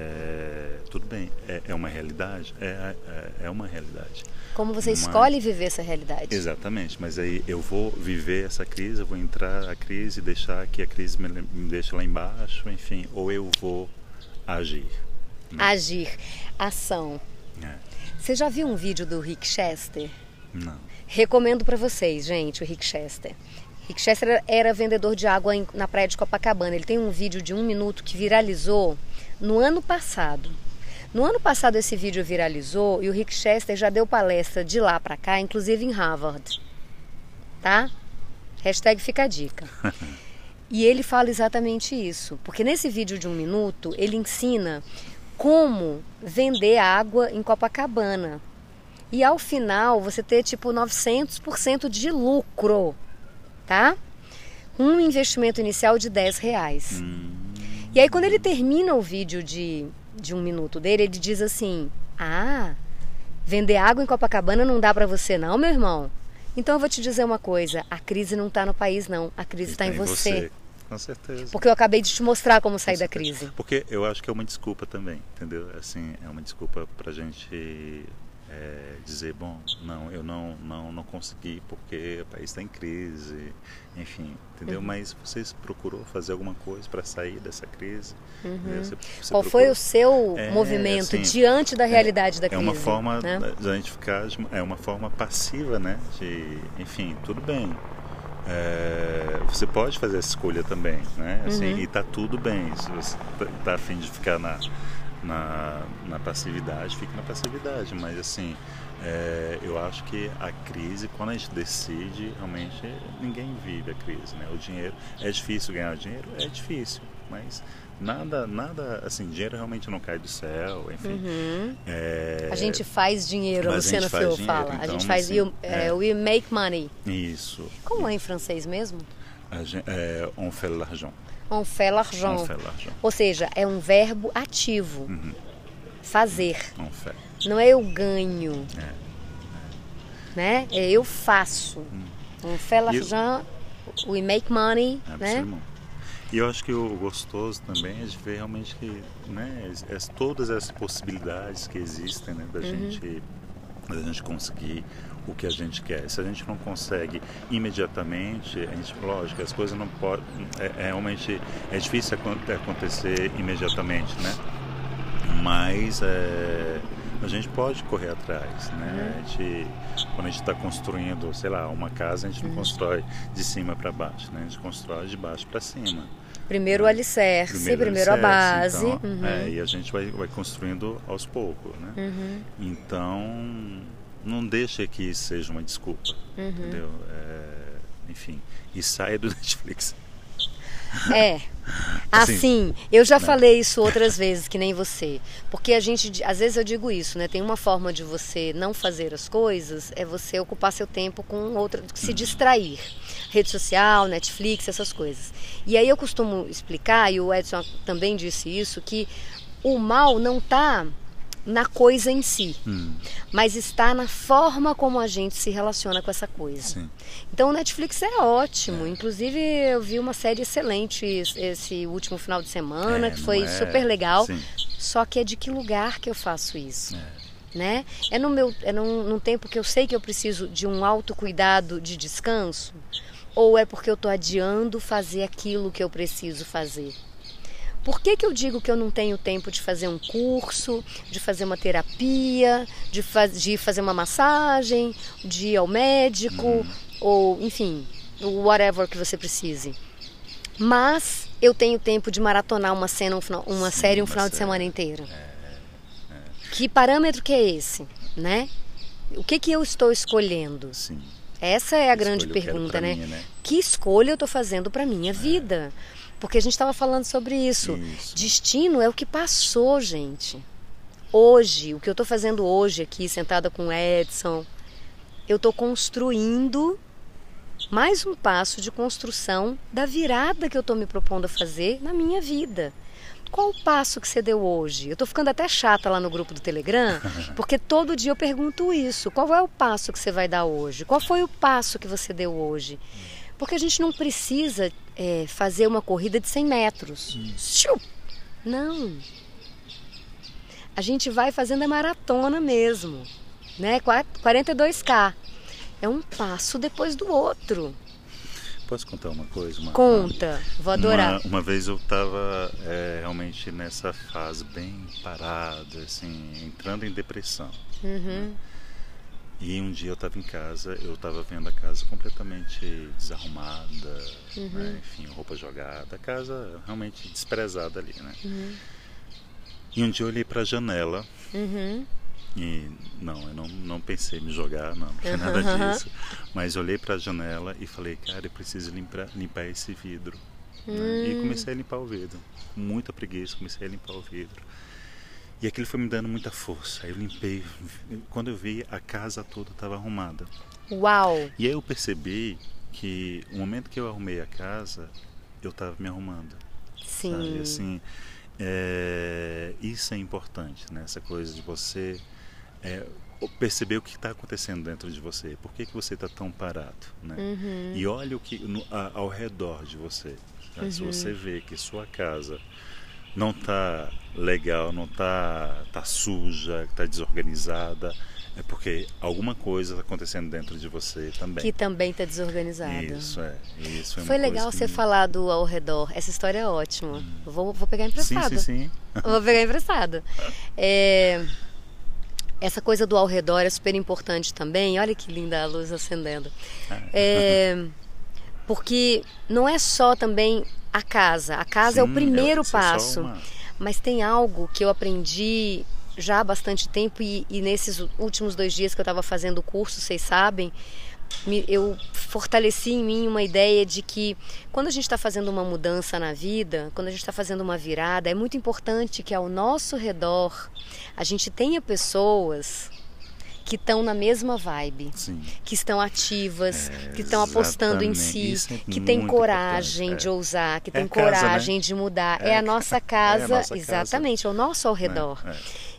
é, tudo bem, é, é uma realidade? É, é, é uma realidade. Como você mas, escolhe viver essa realidade. Exatamente, mas aí eu vou viver essa crise, eu vou entrar na crise e deixar que a crise me, me deixe lá embaixo, enfim, ou eu vou agir. Né? Agir, ação. É. Você já viu um vídeo do Rick Chester? Não. Recomendo para vocês, gente, o Rick Chester. Rick Chester era vendedor de água na praia de Copacabana. Ele tem um vídeo de um minuto que viralizou no ano passado. No ano passado esse vídeo viralizou e o Rick Chester já deu palestra de lá para cá, inclusive em Harvard. Tá? Hashtag fica a dica. E ele fala exatamente isso. Porque nesse vídeo de um minuto ele ensina como vender água em Copacabana. E ao final você ter tipo novecentos por cento de lucro. Tá? Um investimento inicial de dez reais. Hum. E aí quando ele termina o vídeo de, de um minuto dele, ele diz assim: ah, vender água em Copacabana não dá pra você não, meu irmão? Então eu vou te dizer uma coisa, a crise não tá no país não, a crise está em você. você. Com certeza. Porque eu acabei de te mostrar como sair da crise. Porque eu acho que é uma desculpa também, entendeu? Assim, é uma desculpa pra gente... É, dizer, bom, não, eu não, não, não consegui porque o país está em crise, enfim, entendeu? Uhum. Mas você procurou fazer alguma coisa para sair dessa crise? Uhum. Você, você Qual procurou... foi o seu é, movimento assim, diante da realidade é, da crise? É uma forma né? da gente ficar, é uma forma passiva, né? De, enfim, tudo bem. É, você pode fazer essa escolha também, né? Assim, uhum. E tá tudo bem. Se você tá a fim de ficar na Na, na passividade, fica na passividade, mas assim, é, eu acho que a crise, quando a gente decide, realmente ninguém vive a crise, né? O dinheiro, é difícil ganhar dinheiro? É difícil, mas nada, nada, assim, dinheiro realmente não cai do céu, enfim. Uhum. É, a gente faz dinheiro, a Luciana Fio fala, então, a gente faz, assim, you, é, we make money. Isso. Como é em francês mesmo? A gente, é, on fait l'argent. On fait l'argent. On fait l'argent. Ou seja, é um verbo ativo. Uhum. Fazer. On fait. Não é eu ganho. É. É. Né? É eu faço. Hum. On fait l'argent, eu... we make money. Absolument. Né? E eu acho que o gostoso também é de ver realmente que, né, as, todas as possibilidades que existem, né, da, uhum. gente, da gente conseguir o que a gente quer. Se a gente não consegue imediatamente, a gente, lógico, as coisas não podem, é, é realmente é difícil acontecer imediatamente, né? Mas é, a gente pode correr atrás, né? A gente, quando a gente está construindo, sei lá, uma casa, a gente não constrói de cima para baixo, né? A gente constrói de baixo para cima. Primeiro o alicerce, primeiro, primeiro alicerce, a base. Então, uhum. é, e a gente vai, vai construindo aos poucos, né? Uhum. Então, não deixa que isso seja uma desculpa, uhum. entendeu? É, enfim, e saia do Netflix. É, assim, assim eu já né? falei isso outras vezes, que nem você. Porque a gente, às vezes eu digo isso, né? Tem uma forma de você não fazer as coisas, é você ocupar seu tempo com outra, se uhum. distrair. Rede social, Netflix, essas coisas. E aí eu costumo explicar, e o Edson também disse isso, que o mal não está na coisa em si, hum. mas está na forma como a gente se relaciona com essa coisa. Sim. Então o Netflix é ótimo, é. Inclusive eu vi uma série excelente esse último final de semana, é, que foi é... super legal, Sim. Só que é de que lugar que eu faço isso? É. Né? É, no meu, é num, num tempo que eu sei que eu preciso de um autocuidado de descanso, ou é porque eu estou adiando fazer aquilo que eu preciso fazer? Por que que eu digo que eu não tenho tempo de fazer um curso, de fazer uma terapia, de, faz, de fazer uma massagem, de ir ao médico, uhum. ou enfim, whatever que você precise. Mas eu tenho tempo de maratonar uma, cena, um final, uma Sim, série um final série. de semana inteiro. É, é. Que parâmetro que é esse, né? O que que eu estou escolhendo? Sim. Essa é a grande pergunta, né? Mim, né? Que escolha eu estou fazendo para minha é. vida? Porque a gente estava falando sobre isso. isso. Destino é o que passou, gente. Hoje, o que eu estou fazendo hoje aqui, sentada com o Edson, eu estou construindo mais um passo de construção da virada que eu estou me propondo a fazer na minha vida. Qual o passo que você deu hoje? Eu estou ficando até chata lá no grupo do Telegram, porque todo dia eu pergunto isso. Qual é o passo que você vai dar hoje? Qual foi o passo que você deu hoje? Porque a gente não precisa é, fazer uma corrida de cem metros. Hum. Não. A gente vai fazendo a maratona mesmo, né? quarenta e dois K. É um passo depois do outro. Posso contar uma coisa? Uma, Conta, uma, vou adorar. Uma, uma vez eu estava é, realmente nessa fase bem parada, assim, entrando em depressão. Uhum. Né? E um dia eu estava em casa, eu estava vendo a casa completamente desarrumada, uhum. né? Enfim, roupa jogada, a casa realmente desprezada ali, né? Uhum. E um dia eu olhei para a janela uhum. e não, eu não, não pensei em me jogar, não, não foi nada uhum. disso, mas olhei para a janela e falei, cara, eu preciso limpar, limpar esse vidro. Uhum. Né? E comecei a limpar o vidro, com muita preguiça, comecei a limpar o vidro. E aquilo foi me dando muita força. Aí eu limpei. Quando eu vi, a casa toda estava arrumada. Uau! E aí eu percebi que o momento que eu arrumei a casa, eu estava me arrumando. Sim. Sabe? Assim, é, isso é importante, né? Essa coisa de você é, perceber o que está acontecendo dentro de você. Por que, que você está tão parado, né? Uhum. E olha o que no, a, ao redor de você. Tá? Uhum. Se você vê que sua casa não está legal, não está tá suja, está desorganizada, é porque alguma coisa está acontecendo dentro de você também. Que também está desorganizada. Isso, é. Isso é Foi uma legal coisa você que... falar do ao redor. Essa história é ótima. Hum. Vou, vou pegar emprestado. Sim, sim, sim. Vou pegar emprestado. É... Essa coisa do ao redor é super importante também. Olha que linda a luz acendendo. É... Porque não é só também a casa. A casa Sim, é o primeiro é, passo. Uma... Mas tem algo que eu aprendi já há bastante tempo e, e nesses últimos dois dias que eu estava fazendo o curso, vocês sabem, me, eu fortaleci em mim uma ideia de que quando a gente está fazendo uma mudança na vida, quando a gente está fazendo uma virada, é muito importante que ao nosso redor a gente tenha pessoas que estão na mesma vibe, Sim. que estão ativas, é, que estão apostando em si, é que têm coragem de ousar, que é têm coragem casa, né? de mudar. É, é a nossa casa, é a nossa exatamente, casa. É o nosso ao redor. É, é.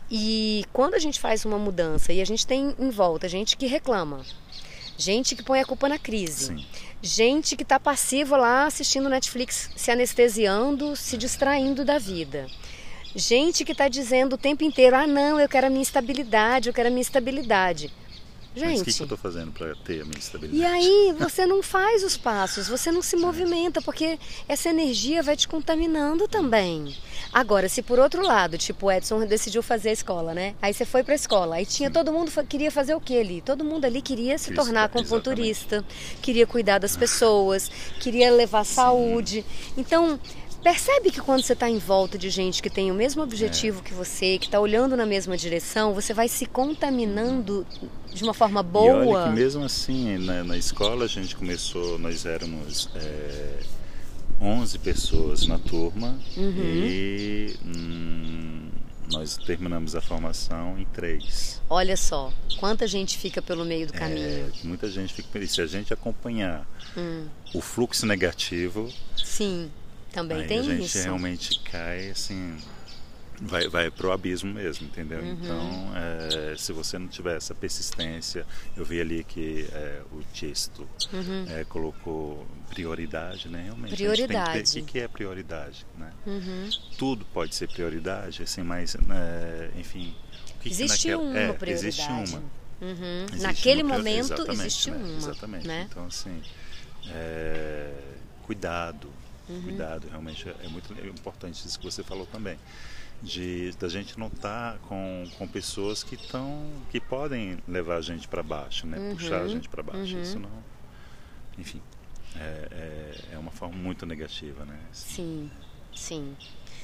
E quando a gente faz uma mudança e a gente tem em volta gente que reclama, gente que põe a culpa na crise, Sim. gente que está passiva lá assistindo Netflix, se anestesiando, se distraindo da vida. Gente que está dizendo o tempo inteiro, ah não, eu quero a minha estabilidade, eu quero a minha estabilidade. Gente, mas o que, que eu estou fazendo para ter a minha estabilidade? E aí você não faz os passos, você não se movimenta, porque essa energia vai te contaminando também. Agora, se por outro lado, tipo o Edson decidiu fazer a escola, né? Aí você foi para a escola, aí tinha Sim. todo mundo queria fazer o que ali? Todo mundo ali queria se Isso, tornar acupunturista, exatamente. Queria cuidar das pessoas, queria levar Sim. saúde. Então... Percebe que quando você está em volta de gente que tem o mesmo objetivo é. que você, que está olhando na mesma direção, você vai se contaminando de uma forma boa. E olha que mesmo assim, na, na escola a gente começou, nós éramos é, onze pessoas na turma uhum. e hum, nós terminamos a formação em três. Olha só, quanta gente fica pelo meio do caminho. É, muita gente fica pelo meio. Se a gente acompanhar hum. o fluxo negativo... Sim. Também aí tem a gente isso. realmente cai assim, vai, vai pro abismo mesmo, entendeu? Uhum. Então, é, se você não tiver essa persistência, eu vi ali que é, o texto uhum. é, colocou prioridade, né? Realmente, prioridade. O que, que é prioridade, né? Uhum. Tudo pode ser prioridade, assim, mas, é, enfim... O que existe que naquela, uma é, prioridade. Existe uma. Uhum. Existe Naquele uma momento exatamente, existe né? uma. Exatamente. Né? Então, assim, é, cuidado. uhum. cuidado, realmente é muito importante isso que você falou também, de da gente não estar tá com, com pessoas que estão, que podem levar a gente para baixo, né? Uhum. Puxar a gente para baixo, uhum. isso não, enfim, é, é, é uma forma muito negativa, né? Sim, sim.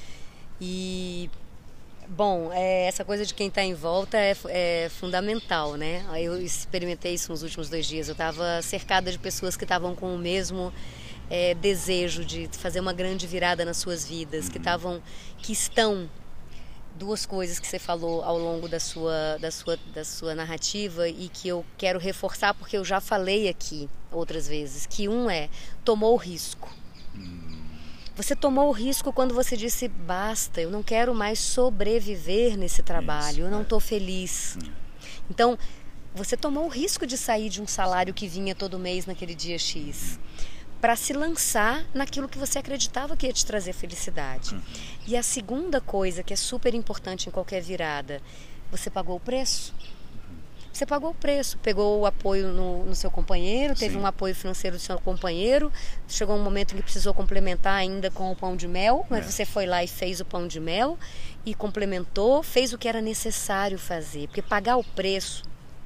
E bom, é, essa coisa de quem está em volta é, é fundamental, né? Eu experimentei isso nos últimos dois dias. Eu estava cercada de pessoas que estavam com o mesmo é, desejo de fazer uma grande virada nas suas vidas, uhum. que estavam, que estão, duas coisas que você falou ao longo da sua, da sua, da sua narrativa e que eu quero reforçar porque eu já falei aqui outras vezes, que um é, tomou o risco. Você tomou o risco quando você disse, basta, eu não quero mais sobreviver nesse trabalho, Isso, eu não estou é. feliz. Hum. Então, você tomou o risco de sair de um salário que vinha todo mês naquele dia X, hum. para se lançar naquilo que você acreditava que ia te trazer felicidade. Hum. E a segunda coisa, que é super importante em qualquer virada, você pagou o preço. Você pagou o preço, pegou o apoio no, no seu companheiro, teve Sim. um apoio financeiro do seu companheiro, chegou um momento em que precisou complementar ainda com o pão de mel, mas é. você foi lá e fez o pão de mel e complementou, fez o que era necessário fazer, porque pagar o preço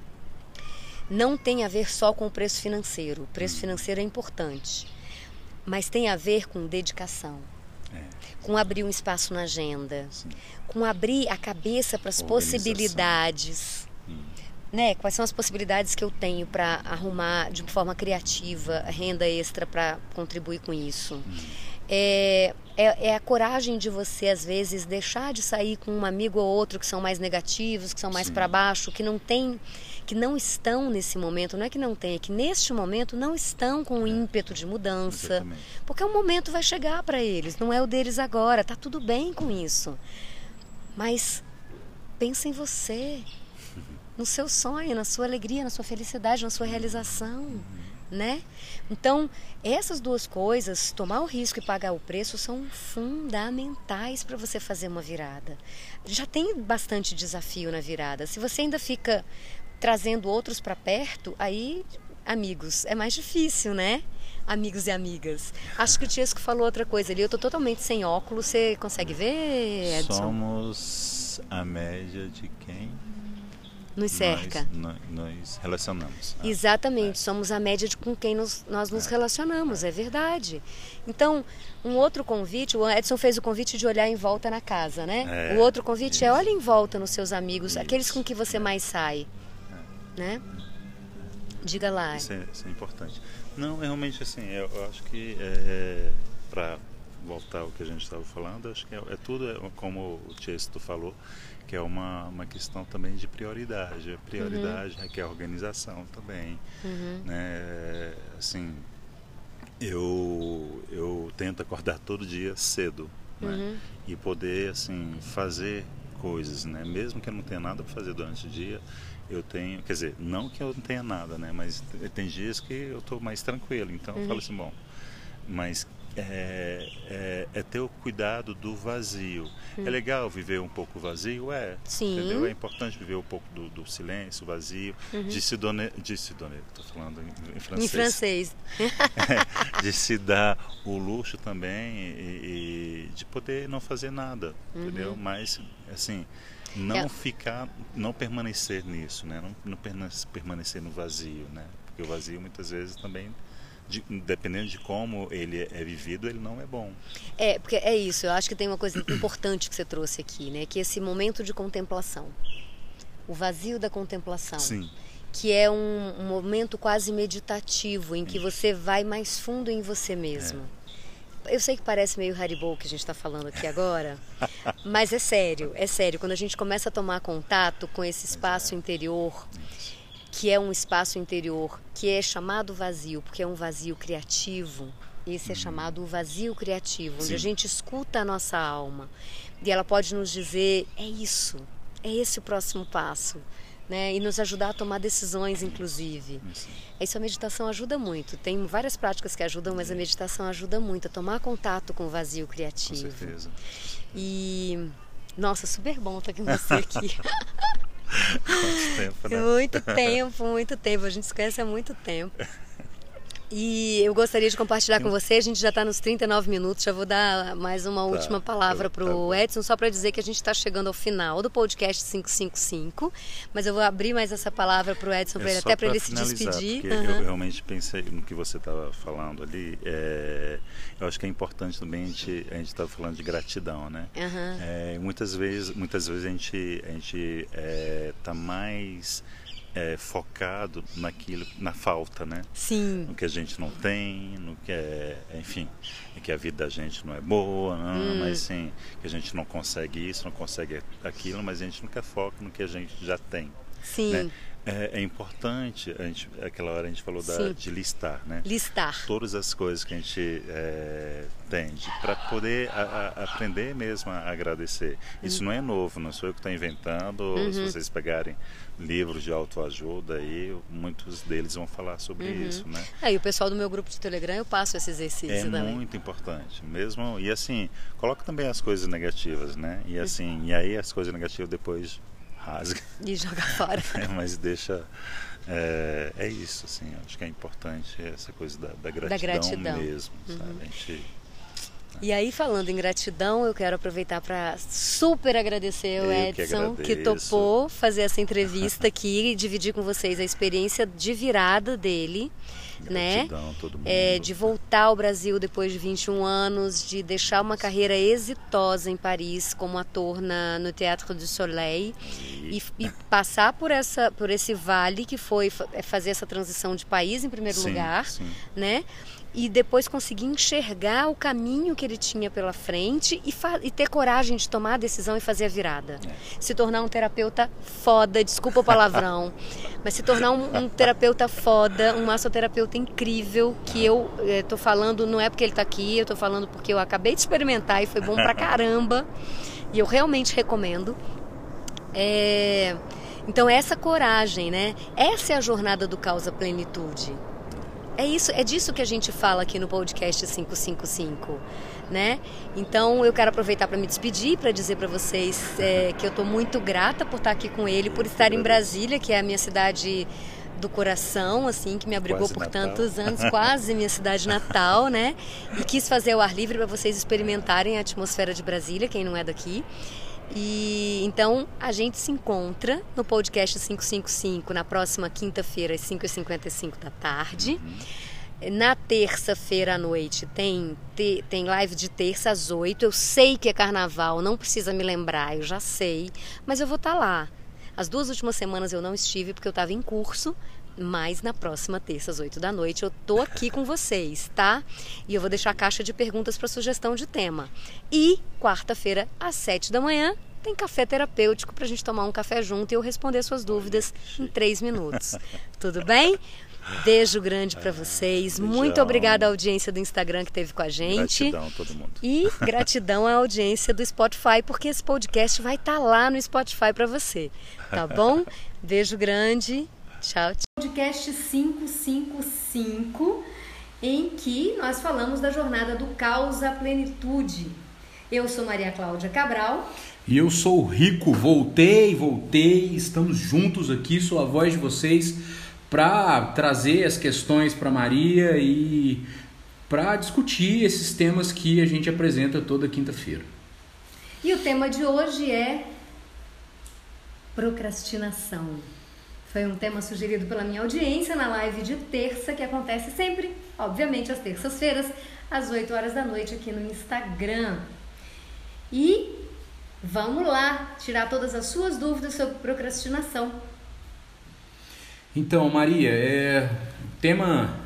não tem a ver só com o preço financeiro, o preço financeiro é importante, mas tem a ver com dedicação. É. Com abrir um espaço na agenda, Sim. com abrir a cabeça para as possibilidades. Né? Quais são as possibilidades que eu tenho para arrumar de forma criativa renda extra para contribuir com isso? É, é, é a coragem de você, às vezes, deixar de sair com um amigo ou outro que são mais negativos, que são mais para baixo, que não tem, que não estão nesse momento, não é que não tem, é que neste momento não estão com o ímpeto de mudança. Exatamente. Porque o momento vai chegar para eles, não é o deles agora, tá tudo bem com isso. Mas pensa em você. No seu sonho, na sua alegria, na sua felicidade, na sua realização, né? Então, essas duas coisas, tomar o risco e pagar o preço, são fundamentais para você fazer uma virada. Já tem bastante desafio na virada. Se você ainda fica trazendo outros para perto, aí, amigos, é mais difícil, né? Amigos e amigas. Acho que o Tiesco falou outra coisa ali. Eu estou totalmente sem óculos. Você consegue ver, Edson? Somos a média de quem? Nos cerca. Nós, nós relacionamos. Exatamente, é. somos a média de com quem nos, nós nos é. relacionamos, é. é verdade. Então, um outro convite, o Edson fez o convite de olhar em volta na casa, né? É. O outro convite Isso. é olha em volta nos seus amigos, Isso. aqueles com que você é. mais sai, é. né? Diga lá. Isso é, isso é importante. Não, realmente assim, eu, eu acho que é, para voltar ao que a gente estava falando, acho que é, é tudo, é, como o Tiesco falou, que é uma, uma questão também de prioridade. A prioridade uhum. requer organização também. Uhum. Né? Assim, eu, eu tento acordar todo dia cedo, né? uhum. e poder assim, fazer coisas, né? Mesmo que eu não tenha nada para fazer durante o dia, eu tenho, quer dizer, não que eu não tenha nada, né? Mas tem dias que eu estou mais tranquilo, então uhum. eu falo assim, bom, mas É, é, é ter o cuidado do vazio. Hum. É legal viver um pouco vazio? É. Sim. Entendeu? É importante viver um pouco do, do silêncio, vazio. Uhum. De se donner, de se donner, estou falando em, em francês. Em francês. É, de se dar o luxo também e, e de poder não fazer nada, uhum. entendeu? Mas, assim, não é. ficar, não permanecer nisso, né? Não, não permanecer no vazio, né? Porque o vazio muitas vezes também... De, dependendo de como ele é vivido, ele não é bom. É, porque é isso, eu acho que tem uma coisa importante que você trouxe aqui, né? Que é esse momento de contemplação, o vazio da contemplação. Sim. Que é um, um momento quase meditativo, em que você vai mais fundo em você mesmo. É. Eu sei que parece meio Haribo que a gente está falando aqui agora, mas é sério, é sério. Quando a gente começa a tomar contato com esse espaço interior, que é um espaço interior que é chamado vazio, porque é um vazio criativo. Esse é chamado o vazio criativo, onde Sim. a gente escuta a nossa alma. E ela pode nos dizer, é isso, é esse o próximo passo. Né? E nos ajudar a tomar decisões, inclusive. Sim. Isso a meditação ajuda muito. Tem várias práticas que ajudam, mas a meditação ajuda muito a tomar contato com o vazio criativo. Com certeza. E, nossa, super bom estar com você aqui. Quanto tempo, né? Muito tempo, muito tempo. A gente se conhece há muito tempo. E eu gostaria de compartilhar com você, a gente já está nos trinta e nove minutos, já vou dar mais uma tá, última palavra para o tá Edson, só para dizer que a gente está chegando ao final do podcast quinhentos e cinquenta e cinco, mas eu vou abrir mais essa palavra para o Edson, é ele, até para ele se despedir. Porque uhum. eu realmente pensei no que você estava falando ali, é, eu acho que é importante também a gente a gente estava falando de gratidão, né? Uhum. É, muitas vezes, muitas vezes a gente a gente está é, mais É, focado naquilo, na falta, né? Sim. No que a gente não tem, no que é, enfim, que a vida da gente não é boa, não, hum. mas sim, que a gente não consegue isso, não consegue aquilo, mas a gente nunca foca no que a gente já tem. Sim. Né? É, é importante, a gente, aquela hora a gente falou da, de listar, né? Listar. Todas as coisas que a gente é, tem, para poder a, a, aprender mesmo a agradecer. Isso uhum. não é novo, não sou eu que estou inventando. Uhum. Se vocês pegarem livros de autoajuda, aí, muitos deles vão falar sobre uhum. isso, né? É, e o pessoal do meu grupo de Telegram, eu passo esse exercício é também. É muito importante, mesmo. E assim, coloca também as coisas negativas, né? E assim, uhum. e aí as coisas negativas depois rasga. E joga fora. É, mas deixa... É, é isso, assim, acho que é importante essa coisa da, da, gratidão, da gratidão mesmo, uhum. sabe? A gente... E aí, falando em gratidão, eu quero aproveitar para super agradecer o Edson, que, que topou fazer essa entrevista aqui e dividir com vocês a experiência de virada dele, gratidão, né? Todo mundo. É, de voltar ao Brasil depois de vinte e um anos, de deixar uma carreira exitosa em Paris como ator na, no Théâtre du Soleil e, e passar por, essa, por esse vale que foi fazer essa transição de país em primeiro sim, lugar, sim. né? E depois conseguir enxergar o caminho que ele tinha pela frente e, e ter coragem de tomar a decisão e fazer a virada. É. Se tornar um terapeuta foda, desculpa o palavrão, mas se tornar um, um terapeuta foda, um massoterapeuta incrível, que eu é, tô falando, não é porque ele tá aqui, eu tô falando porque eu acabei de experimentar e foi bom pra caramba, e eu realmente recomendo. É, então essa coragem, né? Essa é a jornada do Causa Plenitude. É isso, é disso que a gente fala aqui no podcast quinhentos e cinquenta e cinco, né? Então eu quero aproveitar para me despedir, para dizer para vocês é, que eu estou muito grata por estar aqui com ele, por estar em Brasília, que é a minha cidade do coração, assim, que me abrigou quase por Natal. Tantos anos, quase minha cidade natal, né? E quis fazer o ar livre para vocês experimentarem a atmosfera de Brasília, quem não é daqui. E então a gente se encontra no podcast quinhentos e cinquenta e cinco na próxima quinta-feira às cinco e cinquenta e cinco da tarde. Uhum. Na terça-feira à noite tem, te, tem live de terça às oito. Eu sei que é carnaval, não precisa me lembrar, eu já sei, mas eu vou estar lá. As duas últimas semanas eu não estive porque eu estava em curso, mas na próxima terça às oito da noite eu tô aqui com vocês, tá? E eu vou deixar a caixa de perguntas para sugestão de tema. E quarta-feira às sete da manhã tem café terapêutico pra gente tomar um café junto e eu responder suas dúvidas em três minutos. Tudo bem? Beijo grande para vocês. Beijão. Muito obrigada à audiência do Instagram que esteve com a gente. Gratidão a todo mundo. E gratidão à audiência do Spotify, porque esse podcast vai estar lá no Spotify para você, tá bom? Beijo grande. Tchau, tchau. Podcast quinhentos e cinquenta e cinco, em que nós falamos da jornada do Causa Plenitude. Eu sou Maria Cláudia Cabral. E eu sou o Rico. Voltei, voltei. Estamos juntos aqui, sou a voz de vocês, para trazer as questões para Maria e para discutir esses temas que a gente apresenta toda quinta-feira. E o tema de hoje é procrastinação. Foi um tema sugerido pela minha audiência na live de terça, que acontece sempre, obviamente, às terças-feiras, às oito horas da noite, aqui no Instagram. E vamos lá tirar todas as suas dúvidas sobre procrastinação. Então, Maria, é um tema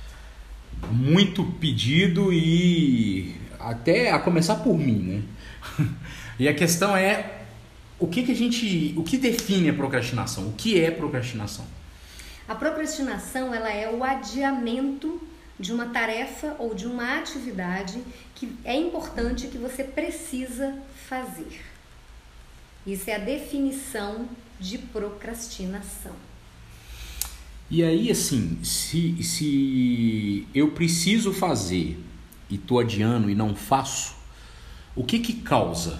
muito pedido e até a começar por mim, né? E a questão é O que, que a gente, o que define a procrastinação? O que é procrastinação? A procrastinação, ela é o adiamento de uma tarefa ou de uma atividade que é importante, que você precisa fazer. Isso é a definição de procrastinação. E aí, assim, se, se eu preciso fazer e estou adiando e não faço, o que que causa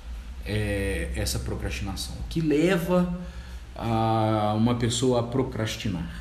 É essa procrastinação? O que leva a uma pessoa a procrastinar?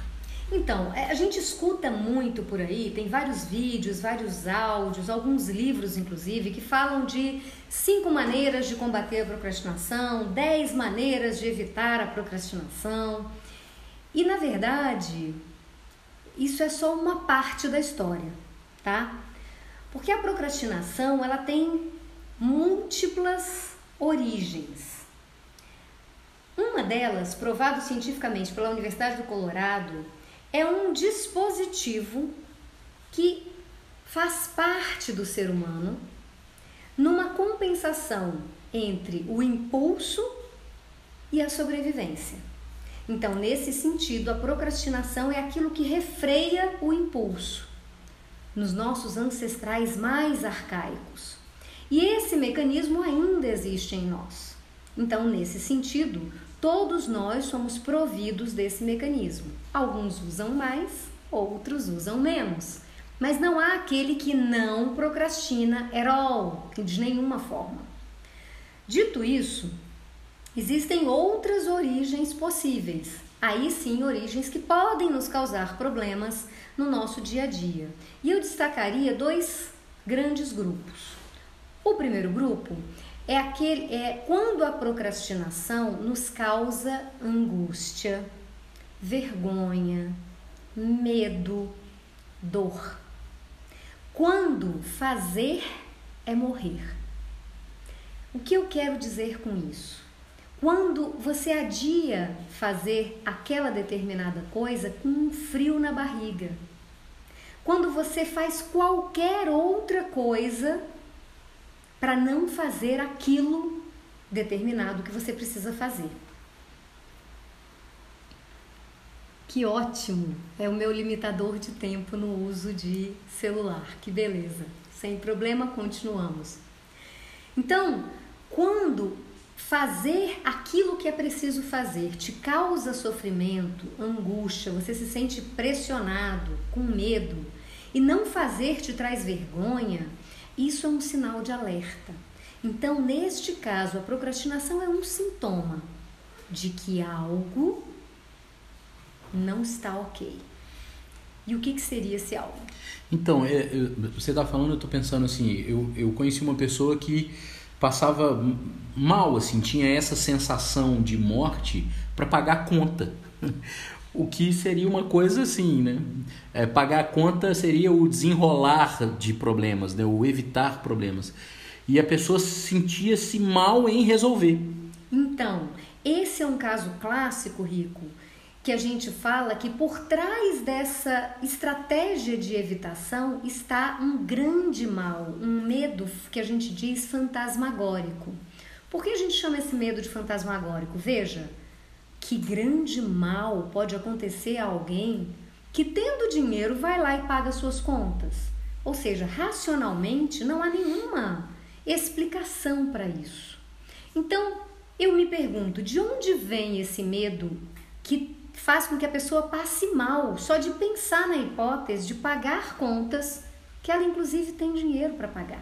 Então, a gente escuta muito por aí, tem vários vídeos, vários áudios, alguns livros inclusive, que falam de cinco maneiras de combater a procrastinação, dez maneiras de evitar a procrastinação. E na verdade, isso é só uma parte da história, tá? Porque a procrastinação, ela tem múltiplas origens. Uma delas, provado cientificamente pela Universidade do Colorado, é um dispositivo que faz parte do ser humano numa compensação entre o impulso e a sobrevivência. Então, nesse sentido, a procrastinação é aquilo que refreia o impulso nos nossos ancestrais mais arcaicos. E esse mecanismo ainda existe em nós. Então, nesse sentido, todos nós somos providos desse mecanismo. Alguns usam mais, outros usam menos. Mas não há aquele que não procrastina at all, de nenhuma forma. Dito isso, existem outras origens possíveis. Aí sim, origens que podem nos causar problemas no nosso dia a dia. E eu destacaria dois grandes grupos. O primeiro grupo é aquele é quando a procrastinação nos causa angústia, vergonha, medo, dor. Quando fazer é morrer. O que eu quero dizer com isso? Quando você adia fazer aquela determinada coisa com um frio na barriga. Quando você faz qualquer outra coisa para não fazer aquilo determinado que você precisa fazer. Que ótimo! É o meu limitador de tempo no uso de celular. Que beleza! Sem problema, continuamos. Então, quando fazer aquilo que é preciso fazer te causa sofrimento, angústia, você se sente pressionado, com medo, e não fazer te traz vergonha, isso é um sinal de alerta. Então, neste caso, a procrastinação é um sintoma de que algo não está ok. E o que, que seria esse algo? Então, é, eu, você está falando, eu estou pensando assim, eu, eu conheci uma pessoa que passava mal, assim, tinha essa sensação de morte para pagar a conta. O que seria uma coisa assim, né? É, pagar a conta seria o desenrolar de problemas, né? O evitar problemas. E a pessoa sentia-se mal em resolver. Então, esse é um caso clássico, Rico, que a gente fala que por trás dessa estratégia de evitação está um grande mal, um medo que a gente diz fantasmagórico. Por que a gente chama esse medo de fantasmagórico? Veja, que grande mal pode acontecer a alguém que, tendo dinheiro, vai lá e paga suas contas. Ou seja, racionalmente não há nenhuma explicação para isso. Então, eu me pergunto, de onde vem esse medo que faz com que a pessoa passe mal só de pensar na hipótese de pagar contas que ela inclusive tem dinheiro para pagar?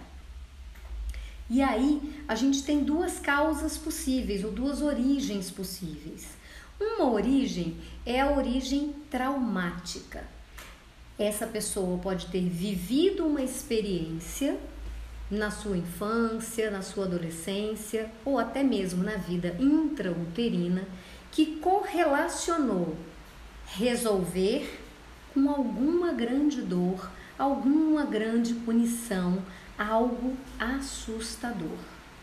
E aí a gente tem duas causas possíveis ou duas origens possíveis. Uma origem é a origem traumática. Essa pessoa pode ter vivido uma experiência na sua infância, na sua adolescência ou até mesmo na vida intrauterina que correlacionou resolver com alguma grande dor, alguma grande punição, algo assustador.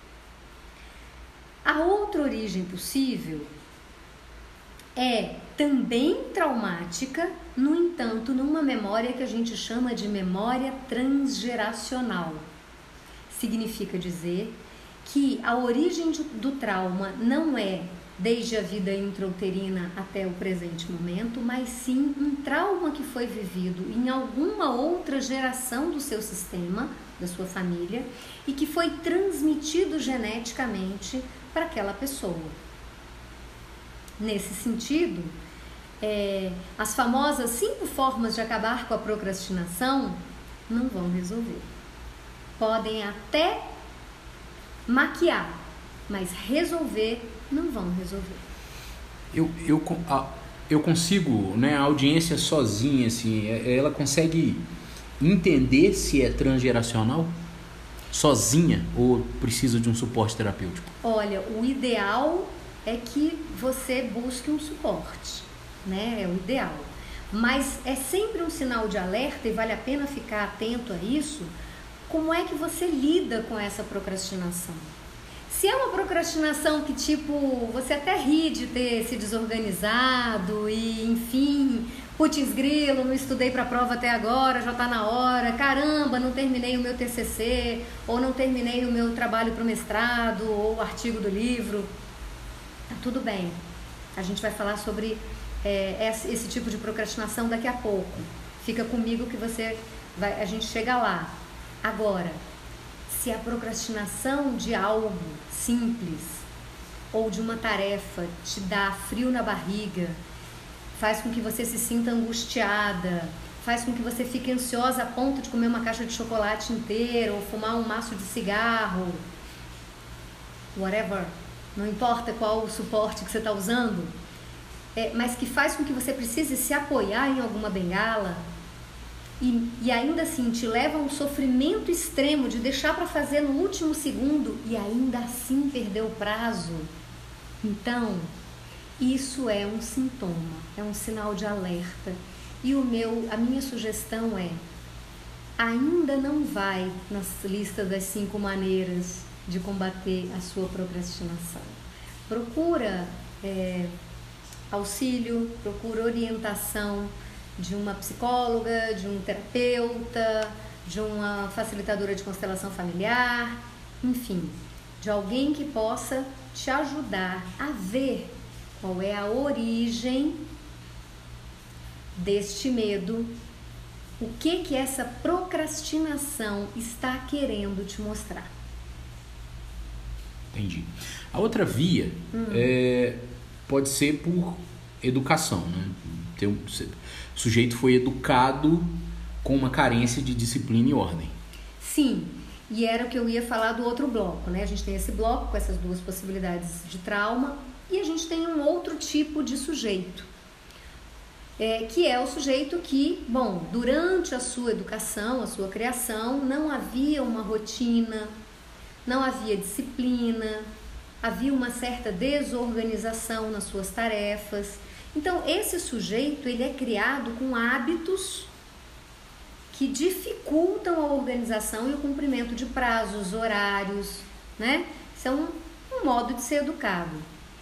A outra origem possível é também traumática, no entanto, numa memória que a gente chama de memória transgeracional. Significa dizer que a origem do trauma não é desde a vida intrauterina até o presente momento, mas sim um trauma que foi vivido em alguma outra geração do seu sistema, da sua família, e que foi transmitido geneticamente para aquela pessoa. Nesse sentido, é, as famosas cinco formas de acabar com a procrastinação não vão resolver. Podem até maquiar, mas resolver não vão resolver. Eu, eu, a, eu consigo, né, a audiência sozinha, assim, ela consegue entender se é transgeracional? Sozinha ou precisa de um suporte terapêutico? Olha, o ideal é que você busque um suporte, né? É o ideal. Mas é sempre um sinal de alerta e vale a pena ficar atento a isso. Como é que você lida com essa procrastinação? Se é uma procrastinação que, tipo, você até ri de ter se desorganizado e, enfim, putz grilo, não estudei para a prova até agora, já está na hora, caramba, não terminei o meu T C C, ou não terminei o meu trabalho para o mestrado, ou o artigo do livro, tá tudo bem. A gente vai falar sobre é, esse tipo de procrastinação daqui a pouco. Fica comigo que você vai, a gente chega lá. Agora, se a procrastinação de algo simples ou de uma tarefa te dá frio na barriga, faz com que você se sinta angustiada, faz com que você fique ansiosa a ponto de comer uma caixa de chocolate inteira ou fumar um maço de cigarro, whatever, não importa qual o suporte que você está usando, é, mas que faz com que você precise se apoiar em alguma bengala e, e ainda assim te leva a um sofrimento extremo de deixar para fazer no último segundo e ainda assim perder o prazo. Então, isso é um sintoma, é um sinal de alerta. E o meu, a minha sugestão é, ainda não vai nas listas das cinco maneiras de combater a sua procrastinação. Procura é, auxílio, procura orientação de uma psicóloga, de um terapeuta, de uma facilitadora de constelação familiar, enfim, de alguém que possa te ajudar a ver qual é a origem deste medo, o que que essa procrastinação está querendo te mostrar. Entendi. A outra via hum. é, pode ser por educação, né? Tem um, o sujeito foi educado com uma carência de disciplina e ordem. Sim, e era o que eu ia falar do outro bloco, né? A gente tem esse bloco com essas duas possibilidades de trauma e a gente tem um outro tipo de sujeito, é, que é o sujeito que, bom, durante a sua educação, a sua criação, não havia uma rotina, não havia disciplina, havia uma certa desorganização nas suas tarefas. Então, esse sujeito, ele é criado com hábitos que dificultam a organização e o cumprimento de prazos, horários, né? Isso é um, um modo de ser educado.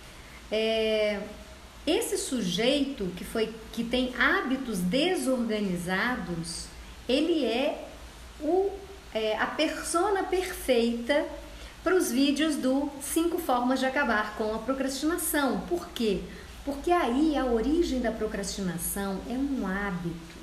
É, esse sujeito que, foi, que tem hábitos desorganizados, ele é, o, é a persona perfeita para os vídeos do cinco formas de acabar com a procrastinação. Por quê? Porque aí a origem da procrastinação é um hábito.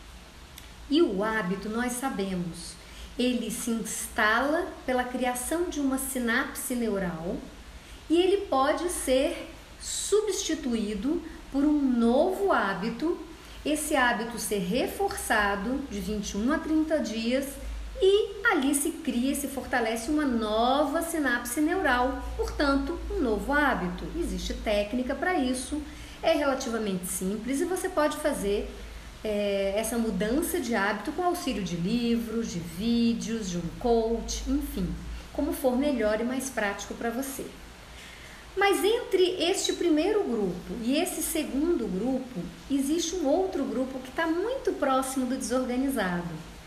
E o hábito, nós sabemos, ele se instala pela criação de uma sinapse neural e ele pode ser substituído por um novo hábito, esse hábito ser reforçado de vinte e um a trinta dias e ali se cria e se fortalece uma nova sinapse neural, portanto, um novo hábito. Existe técnica para isso, é relativamente simples e você pode fazer é, essa mudança de hábito com auxílio de livros, de vídeos, de um coach, enfim, como for melhor e mais prático para você. Mas entre este primeiro grupo e esse segundo grupo, existe um outro grupo que está muito próximo do desorganizado,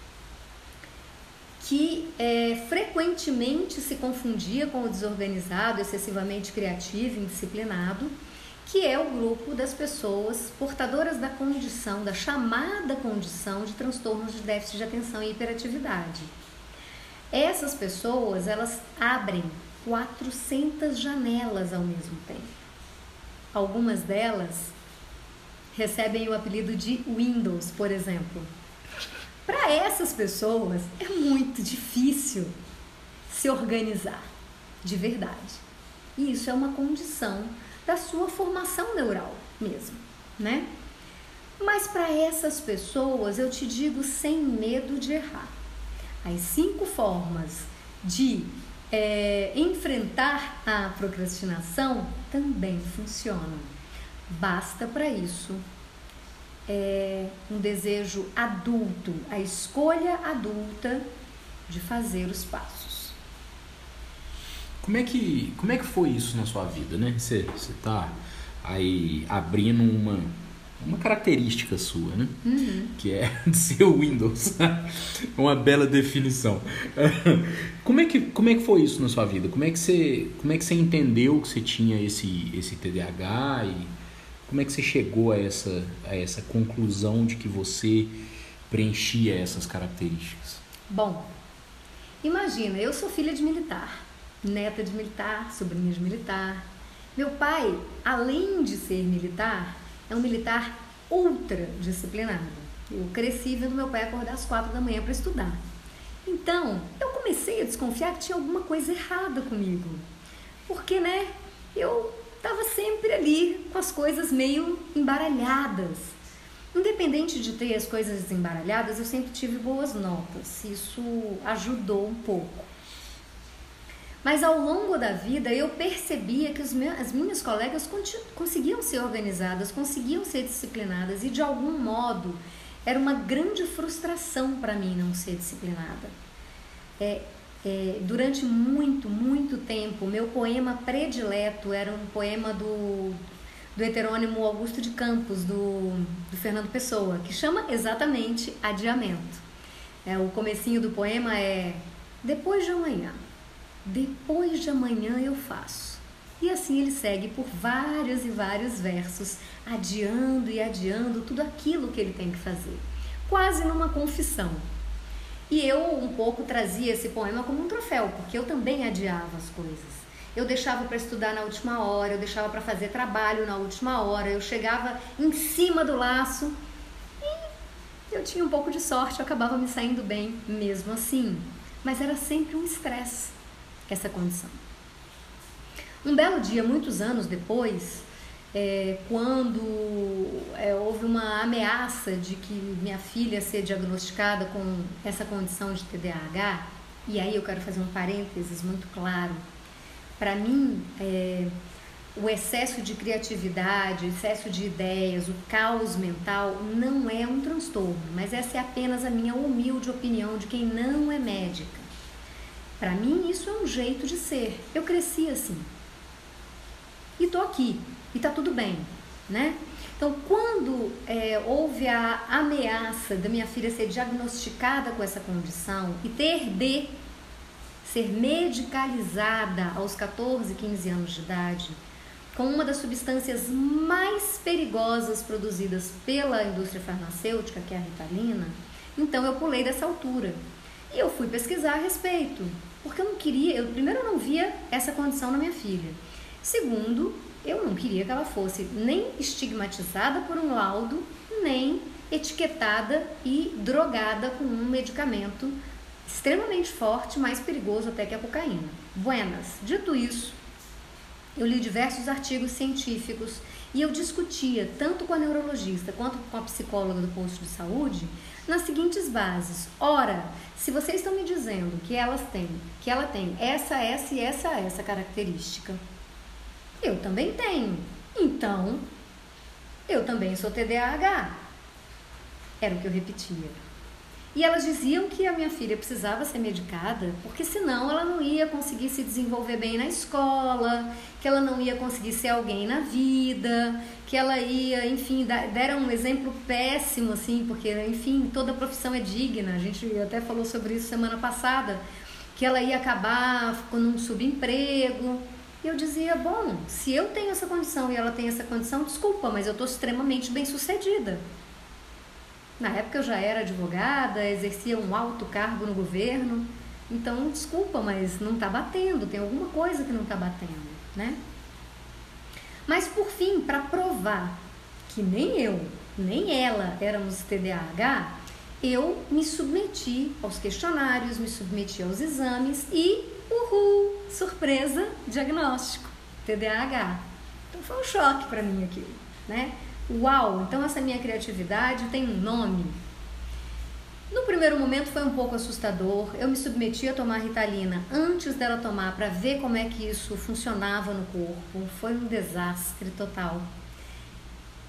que é, frequentemente se confundia com o desorganizado, excessivamente criativo, indisciplinado, que é o grupo das pessoas portadoras da condição, da chamada condição de transtornos de déficit de atenção e hiperatividade. Essas pessoas, elas abrem quatrocentas janelas ao mesmo tempo. Algumas delas recebem o apelido de Windows, por exemplo. Para essas pessoas é muito difícil se organizar de verdade. E isso é uma condição da sua formação neural mesmo, né? Mas para essas pessoas eu te digo sem medo de errar. As cinco formas de é, enfrentar a procrastinação também funcionam. basta para isso é um desejo adulto, a escolha adulta de fazer os passos. Como é que, como é que foi isso na sua vida, né? Você está aí abrindo uma, uma característica sua, né? Uhum. Que é de ser o Windows. Uma bela definição. Como é que, como é que foi isso na sua vida? Como é que você, como é que você entendeu que você tinha esse, esse T D A H e como é que você chegou a essa, a essa conclusão de que você preenchia essas características? Bom, imagina, eu sou filha de militar, neta de militar, sobrinha de militar. Meu pai, além de ser militar, é um militar ultra disciplinado. Eu cresci vendo meu pai acordar às quatro da manhã para estudar. Então, eu comecei a desconfiar que tinha alguma coisa errada comigo. Porque, né, eu estava sempre ali com as coisas meio embaralhadas. Independente de ter as coisas desembaralhadas, eu sempre tive boas notas. Isso ajudou um pouco. Mas ao longo da vida eu percebia que os meus, as minhas colegas conseguiam ser organizadas, conseguiam ser disciplinadas e de algum modo era uma grande frustração para mim não ser disciplinada. É, é, durante muito, muito tempo, meu poema predileto era um poema do, do heterônimo Augusto de Campos, do, do Fernando Pessoa, que chama exatamente Adiamento. É, o comecinho do poema é: depois de amanhã. Depois de amanhã eu faço. E assim ele segue por vários e vários versos, adiando e adiando tudo aquilo que ele tem que fazer, quase numa confissão. E eu um pouco trazia esse poema como um troféu, porque eu também adiava as coisas. Eu deixava para estudar na última hora, eu deixava para fazer trabalho na última hora, eu chegava em cima do laço e eu tinha um pouco de sorte, eu acabava me saindo bem mesmo assim. Mas era sempre um estresse essa condição. Um belo dia, muitos anos depois, é, quando é, houve uma ameaça de que minha filha ia ser diagnosticada com essa condição de T D A H, e aí eu quero fazer um parênteses muito claro, para mim é, o excesso de criatividade, o excesso de ideias, o caos mental não é um transtorno, mas essa é apenas a minha humilde opinião de quem não é médica. Para mim, isso é um jeito de ser. Eu cresci assim. E tô aqui. E tá tudo bem, né? Então, quando é, houve a ameaça da minha filha ser diagnosticada com essa condição e ter de ser medicalizada aos catorze, quinze anos de idade, com uma das substâncias mais perigosas produzidas pela indústria farmacêutica, que é a Ritalina, então eu pulei dessa altura. E eu fui pesquisar a respeito, porque eu não queria, eu, primeiro eu não via essa condição na minha filha. Segundo, eu não queria que ela fosse nem estigmatizada por um laudo, nem etiquetada e drogada com um medicamento extremamente forte, mais perigoso até que a cocaína. Buenas. Dito isso, eu li diversos artigos científicos e eu discutia tanto com a neurologista quanto com a psicóloga do posto de saúde nas seguintes bases. Ora, se vocês estão me dizendo que elas têm, que ela tem essa, essa e essa, essa característica, eu também tenho. Então, eu também sou T D A H. Era o que eu repetia. E elas diziam que a minha filha precisava ser medicada, porque senão ela não ia conseguir se desenvolver bem na escola, que ela não ia conseguir ser alguém na vida, que ela ia, enfim, deram um exemplo péssimo, assim, porque, enfim, toda profissão é digna. A gente até falou sobre isso semana passada, que ela ia acabar com um subemprego. E eu dizia, bom, se eu tenho essa condição e ela tem essa condição, desculpa, mas eu estou extremamente bem sucedida. Na época eu já era advogada, exercia um alto cargo no governo, então desculpa, mas não está batendo, tem alguma coisa que não está batendo, né? Mas por fim, para provar que nem eu, nem ela éramos T D A H, eu me submeti aos questionários, me submeti aos exames e, uhul, surpresa, diagnóstico, T D A H. Então foi um choque para mim aquilo, né? Uau, então essa minha criatividade tem um nome. No primeiro momento foi um pouco assustador. Eu me submeti a tomar Ritalina antes dela tomar para ver como é que isso funcionava no corpo. Foi um desastre total.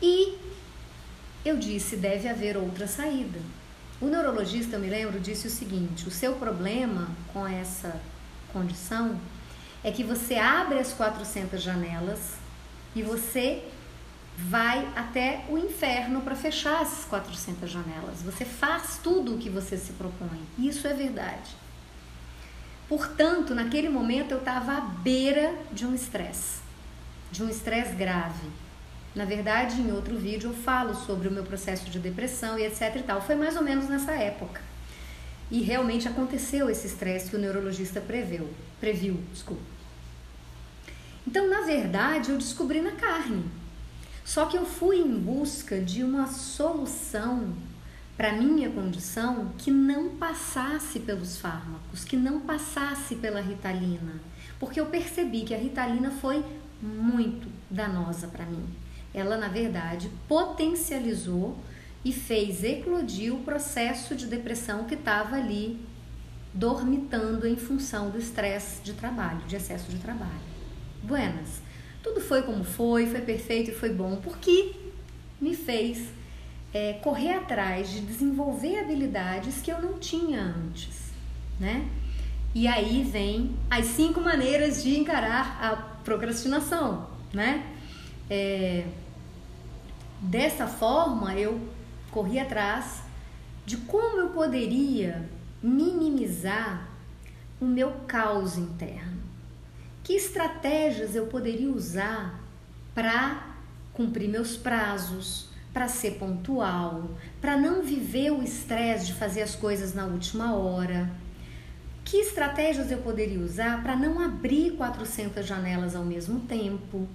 E eu disse, deve haver outra saída. O neurologista, eu me lembro, disse o seguinte: o seu problema com essa condição é que você abre as quatrocentas janelas e você vai até o inferno para fechar essas quatrocentas janelas. Você faz tudo o que você se propõe. Isso é verdade. Portanto, naquele momento eu estava à beira de um estresse, de um estresse grave. Na verdade, em outro vídeo eu falo sobre o meu processo de depressão e etc e tal. Foi mais ou menos nessa época. E realmente aconteceu esse estresse que o neurologista preveu, previu, desculpa. Então, na verdade, eu descobri na carne. Só que eu fui em busca de uma solução para minha condição que não passasse pelos fármacos, que não passasse pela Ritalina, porque eu percebi que a Ritalina foi muito danosa para mim. Ela, na verdade, potencializou e fez eclodir o processo de depressão que estava ali dormitando em função do estresse de trabalho, de excesso de trabalho. Buenas. Tudo foi como foi, foi perfeito e foi bom, porque me fez é, correr atrás de desenvolver habilidades que eu não tinha antes, né? E aí vem as cinco maneiras de encarar a procrastinação, né? É, dessa forma, eu corri atrás de como eu poderia minimizar o meu caos interno. Que estratégias eu poderia usar para cumprir meus prazos, para ser pontual, para não viver o estresse de fazer as coisas na última hora? Que estratégias eu poderia usar para não abrir quatrocentas janelas ao mesmo tempo?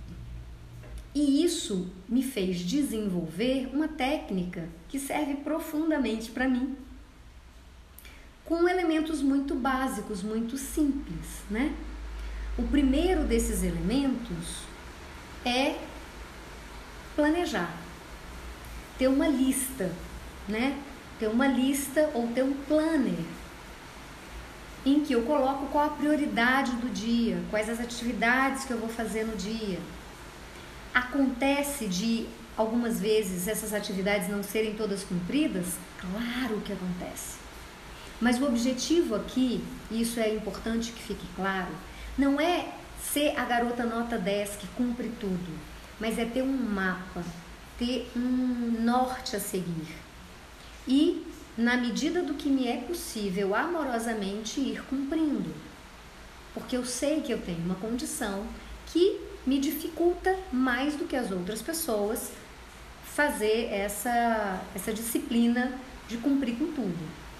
E isso me fez desenvolver uma técnica que serve profundamente para mim, com elementos muito básicos, muito simples, né? O primeiro desses elementos é planejar, ter uma lista, né? Ter uma lista ou ter um planner em que eu coloco qual a prioridade do dia, quais as atividades que eu vou fazer no dia. Acontece de algumas vezes essas atividades não serem todas cumpridas? Claro que acontece. Mas o objetivo aqui, e isso é importante que fique claro, não é ser a garota nota dez que cumpre tudo, mas é ter um mapa, ter um norte a seguir. E, na medida do que me é possível, amorosamente ir cumprindo. Porque eu sei que eu tenho uma condição que me dificulta mais do que as outras pessoas fazer essa, essa disciplina de cumprir com tudo.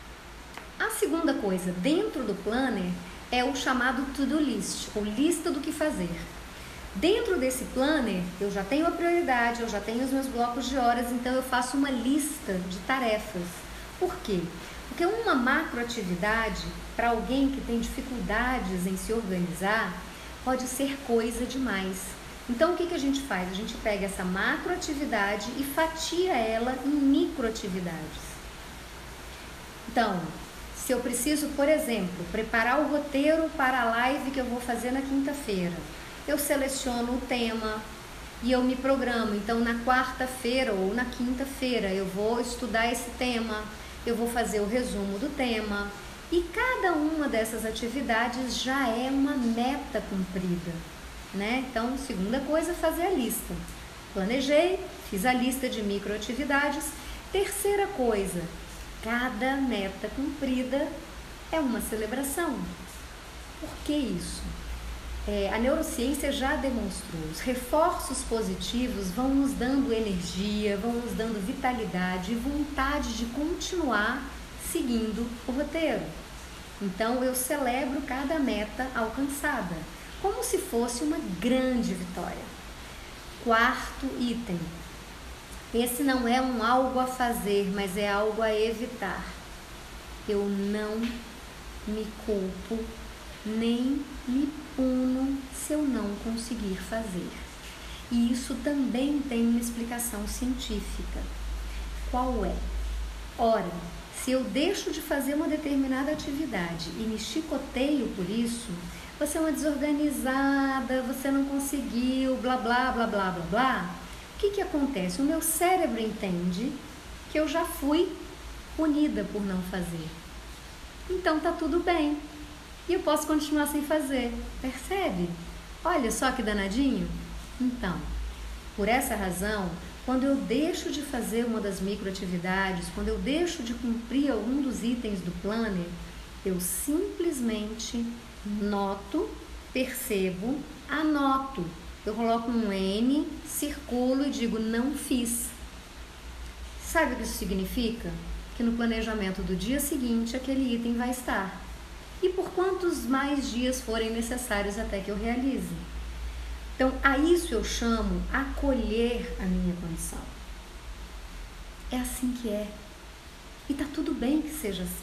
A segunda coisa, dentro do planner, é o chamado to-do list, ou lista do que fazer. Dentro desse planner, eu já tenho a prioridade, eu já tenho os meus blocos de horas, então eu faço uma lista de tarefas. Por quê? Porque uma macroatividade, para alguém que tem dificuldades em se organizar, pode ser coisa demais. Então, o que, que a gente faz? A gente pega essa macroatividade e fatia ela em microatividades. Então, se eu preciso, por exemplo, preparar o roteiro para a live que eu vou fazer na quinta-feira, eu seleciono o tema e eu me programo. Então, na quarta-feira ou na quinta-feira, eu vou estudar esse tema, eu vou fazer o resumo do tema. E cada uma dessas atividades já é uma meta cumprida, né? Então, segunda coisa, fazer a lista. Planejei, fiz a lista de microatividades. Terceira coisa, cada meta cumprida é uma celebração. Por que isso? É, a neurociência já demonstrou, os reforços positivos vão nos dando energia, vão nos dando vitalidade e vontade de continuar seguindo o roteiro. Então eu celebro cada meta alcançada, como se fosse uma grande vitória. Quarto item. Esse não é um algo a fazer, mas é algo a evitar. Eu não me culpo, nem me puno se eu não conseguir fazer. E isso também tem uma explicação científica. Qual é? Ora, se eu deixo de fazer uma determinada atividade e me chicoteio por isso, você é uma desorganizada, você não conseguiu, blá, blá, blá, blá, blá, blá. que que acontece? O meu cérebro entende que eu já fui punida por não fazer. Então tá tudo bem. E eu posso continuar sem fazer. Percebe? Olha só que danadinho. Então, por essa razão, quando eu deixo de fazer uma das microatividades, quando eu deixo de cumprir algum dos itens do planner, eu simplesmente noto, percebo, anoto. Eu coloco um N, circulo e digo não fiz. Sabe o que isso significa? Que no planejamento do dia seguinte aquele item vai estar. E por quantos mais dias forem necessários até que eu realize. Então, a isso eu chamo acolher a minha condição. É assim que é. E tá tudo bem que seja assim.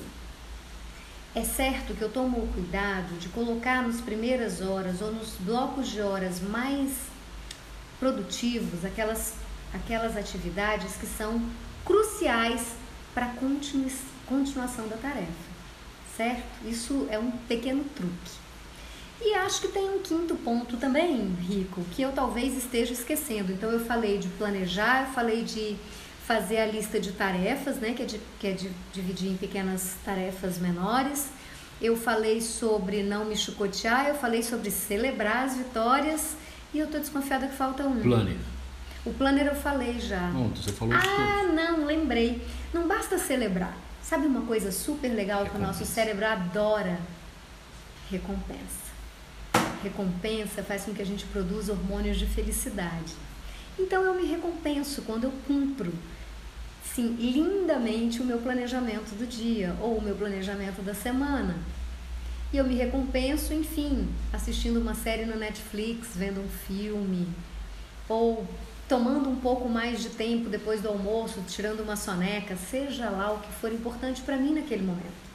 É certo que eu tomo o cuidado de colocar nas primeiras horas ou nos blocos de horas mais produtivos aquelas, aquelas atividades que são cruciais para a continu, continuação da tarefa, certo? Isso é um pequeno truque. E acho que tem um quinto ponto também, Rico, que eu talvez esteja esquecendo. Então eu falei de planejar, eu falei de fazer a lista de tarefas, né, que é, de, que é de dividir em pequenas tarefas menores. Eu falei sobre não me chicotear, eu falei sobre celebrar as vitórias e eu tô desconfiada que falta um. Planner. O planner eu falei já. Não, você falou de Ah, tudo. não, lembrei. Não basta celebrar. Sabe uma coisa super legal que o nosso cérebro adora? Recompensa. Recompensa faz com que a gente produza hormônios de felicidade. Então eu me recompenso quando eu cumpro, sim, lindamente o meu planejamento do dia ou o meu planejamento da semana. E eu me recompenso, enfim, assistindo uma série no Netflix, vendo um filme, ou tomando um pouco mais de tempo depois do almoço, tirando uma soneca, seja lá o que for importante para mim naquele momento.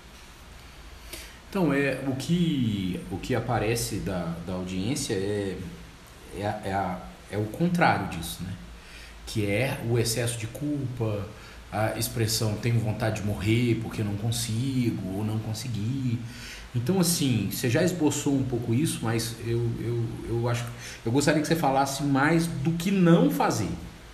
Então, é, o, que, o que aparece da, da audiência é, é, a, é, a, é o contrário disso, né? Que é o excesso de culpa, a expressão tenho vontade de morrer porque não consigo ou não consegui. Então, assim, você já esboçou um pouco isso, mas eu, eu, eu acho eu gostaria que você falasse mais do que não fazer,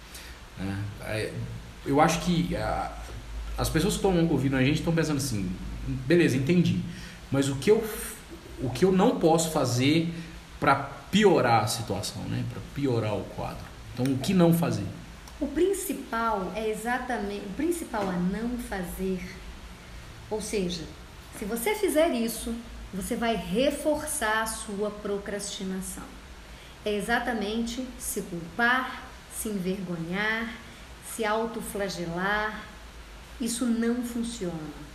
né? Eu acho que a, as pessoas que estão ouvindo a gente estão pensando assim, beleza, entendi, mas o que eu, o que eu não posso fazer para piorar a situação, né? Para piorar o quadro. Então, o que não fazer? O principal é exatamente, o principal a não fazer, ou seja, se você fizer isso, você vai reforçar a sua procrastinação. É exatamente se culpar, se envergonhar, se autoflagelar. Isso não funciona.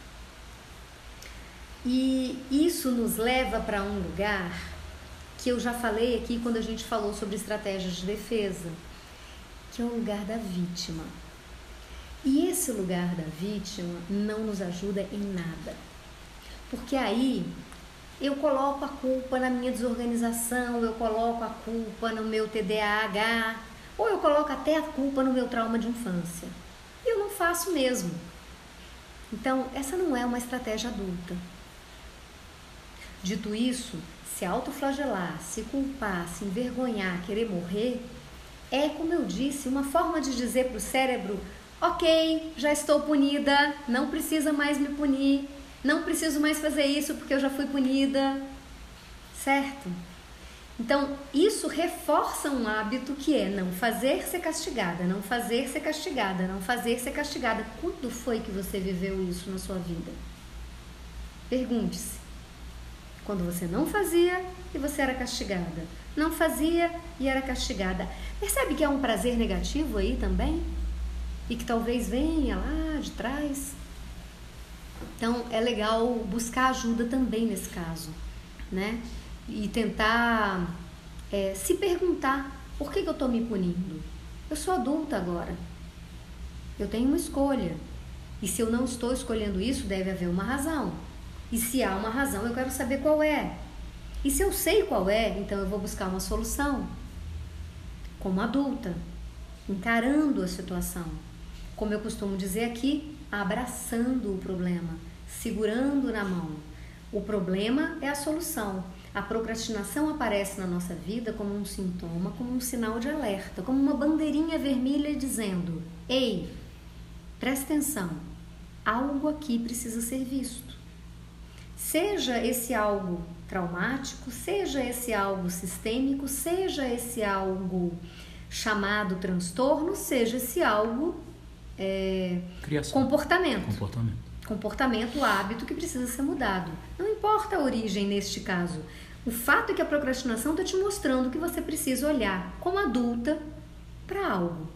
E isso nos leva para um lugar que eu já falei aqui quando a gente falou sobre estratégias de defesa, que é o lugar da vítima. E esse lugar da vítima não nos ajuda em nada. Porque aí eu coloco a culpa na minha desorganização, eu coloco a culpa no meu T D A H, ou eu coloco até a culpa no meu trauma de infância. E eu não faço mesmo. Então, essa não é uma estratégia adulta. Dito isso, se autoflagelar, se culpar, se envergonhar, querer morrer, é, como eu disse, uma forma de dizer para o cérebro, ok, já estou punida, não precisa mais me punir, não preciso mais fazer isso porque eu já fui punida, certo? Então, isso reforça um hábito que é não fazer ser castigada, não fazer ser castigada, não fazer ser castigada. Quando foi que você viveu isso na sua vida? Pergunte-se. Quando você não fazia e você era castigada. Não fazia e era castigada. Percebe que há um prazer negativo aí também? E que talvez venha lá de trás? Então, é legal buscar ajuda também nesse caso, né? E tentar é, se perguntar, por que, que eu estou me punindo? Eu sou adulta agora. Eu tenho uma escolha. E se eu não estou escolhendo isso, deve haver uma razão. E se há uma razão, eu quero saber qual é. E se eu sei qual é, então eu vou buscar uma solução. Como adulta, encarando a situação. Como eu costumo dizer aqui, abraçando o problema, segurando na mão. O problema é a solução. A procrastinação aparece na nossa vida como um sintoma, como um sinal de alerta, como uma bandeirinha vermelha dizendo: ei, presta atenção, algo aqui precisa ser visto. Seja esse algo traumático, seja esse algo sistêmico, seja esse algo chamado transtorno, seja esse algo é, comportamento. comportamento. Comportamento, hábito que precisa ser mudado. Não importa a origem neste caso. O fato é que a procrastinação está te mostrando que você precisa olhar como adulta para algo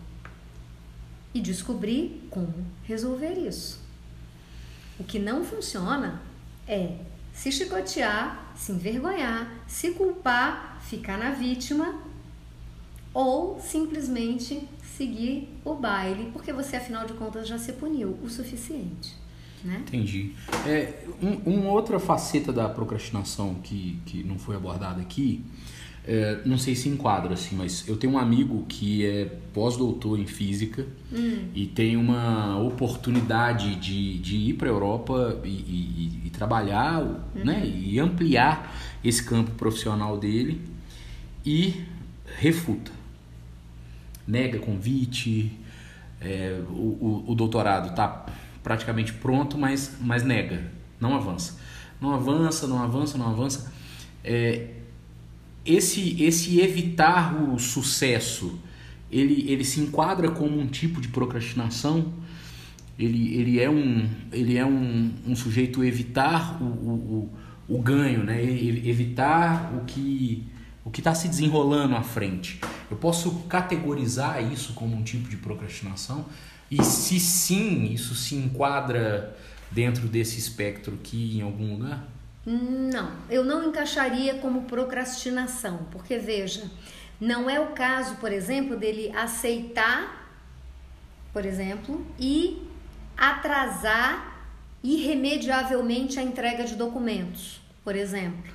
e descobrir como resolver isso. O que não funciona é se chicotear, se envergonhar, se culpar, ficar na vítima ou simplesmente seguir o baile, porque você, afinal de contas, já se puniu o suficiente. Né? Entendi. É, um, uma outra faceta da procrastinação que, que não foi abordada aqui, é, não sei se enquadra assim, mas eu tenho um amigo que é pós-doutor em física hum. e tem uma oportunidade de, de ir para a Europa e, e, e trabalhar, uhum. né, e ampliar esse campo profissional dele, e refuta, nega convite, é, o, o, o doutorado tá praticamente pronto, mas, mas nega, não avança. Não avança, não avança, não avança. É, esse, esse evitar o sucesso, ele, ele se enquadra como um tipo de procrastinação? Ele, ele é, um, ele é um, um sujeito evitar o, o, o, o ganho, né? Evitar o que o que está se desenrolando à frente. Eu posso categorizar isso como um tipo de procrastinação? E se sim, isso se enquadra dentro desse espectro aqui em algum lugar? Não, eu não encaixaria como procrastinação, porque veja, não é o caso, por exemplo, dele aceitar, por exemplo, e atrasar irremediavelmente a entrega de documentos, por exemplo.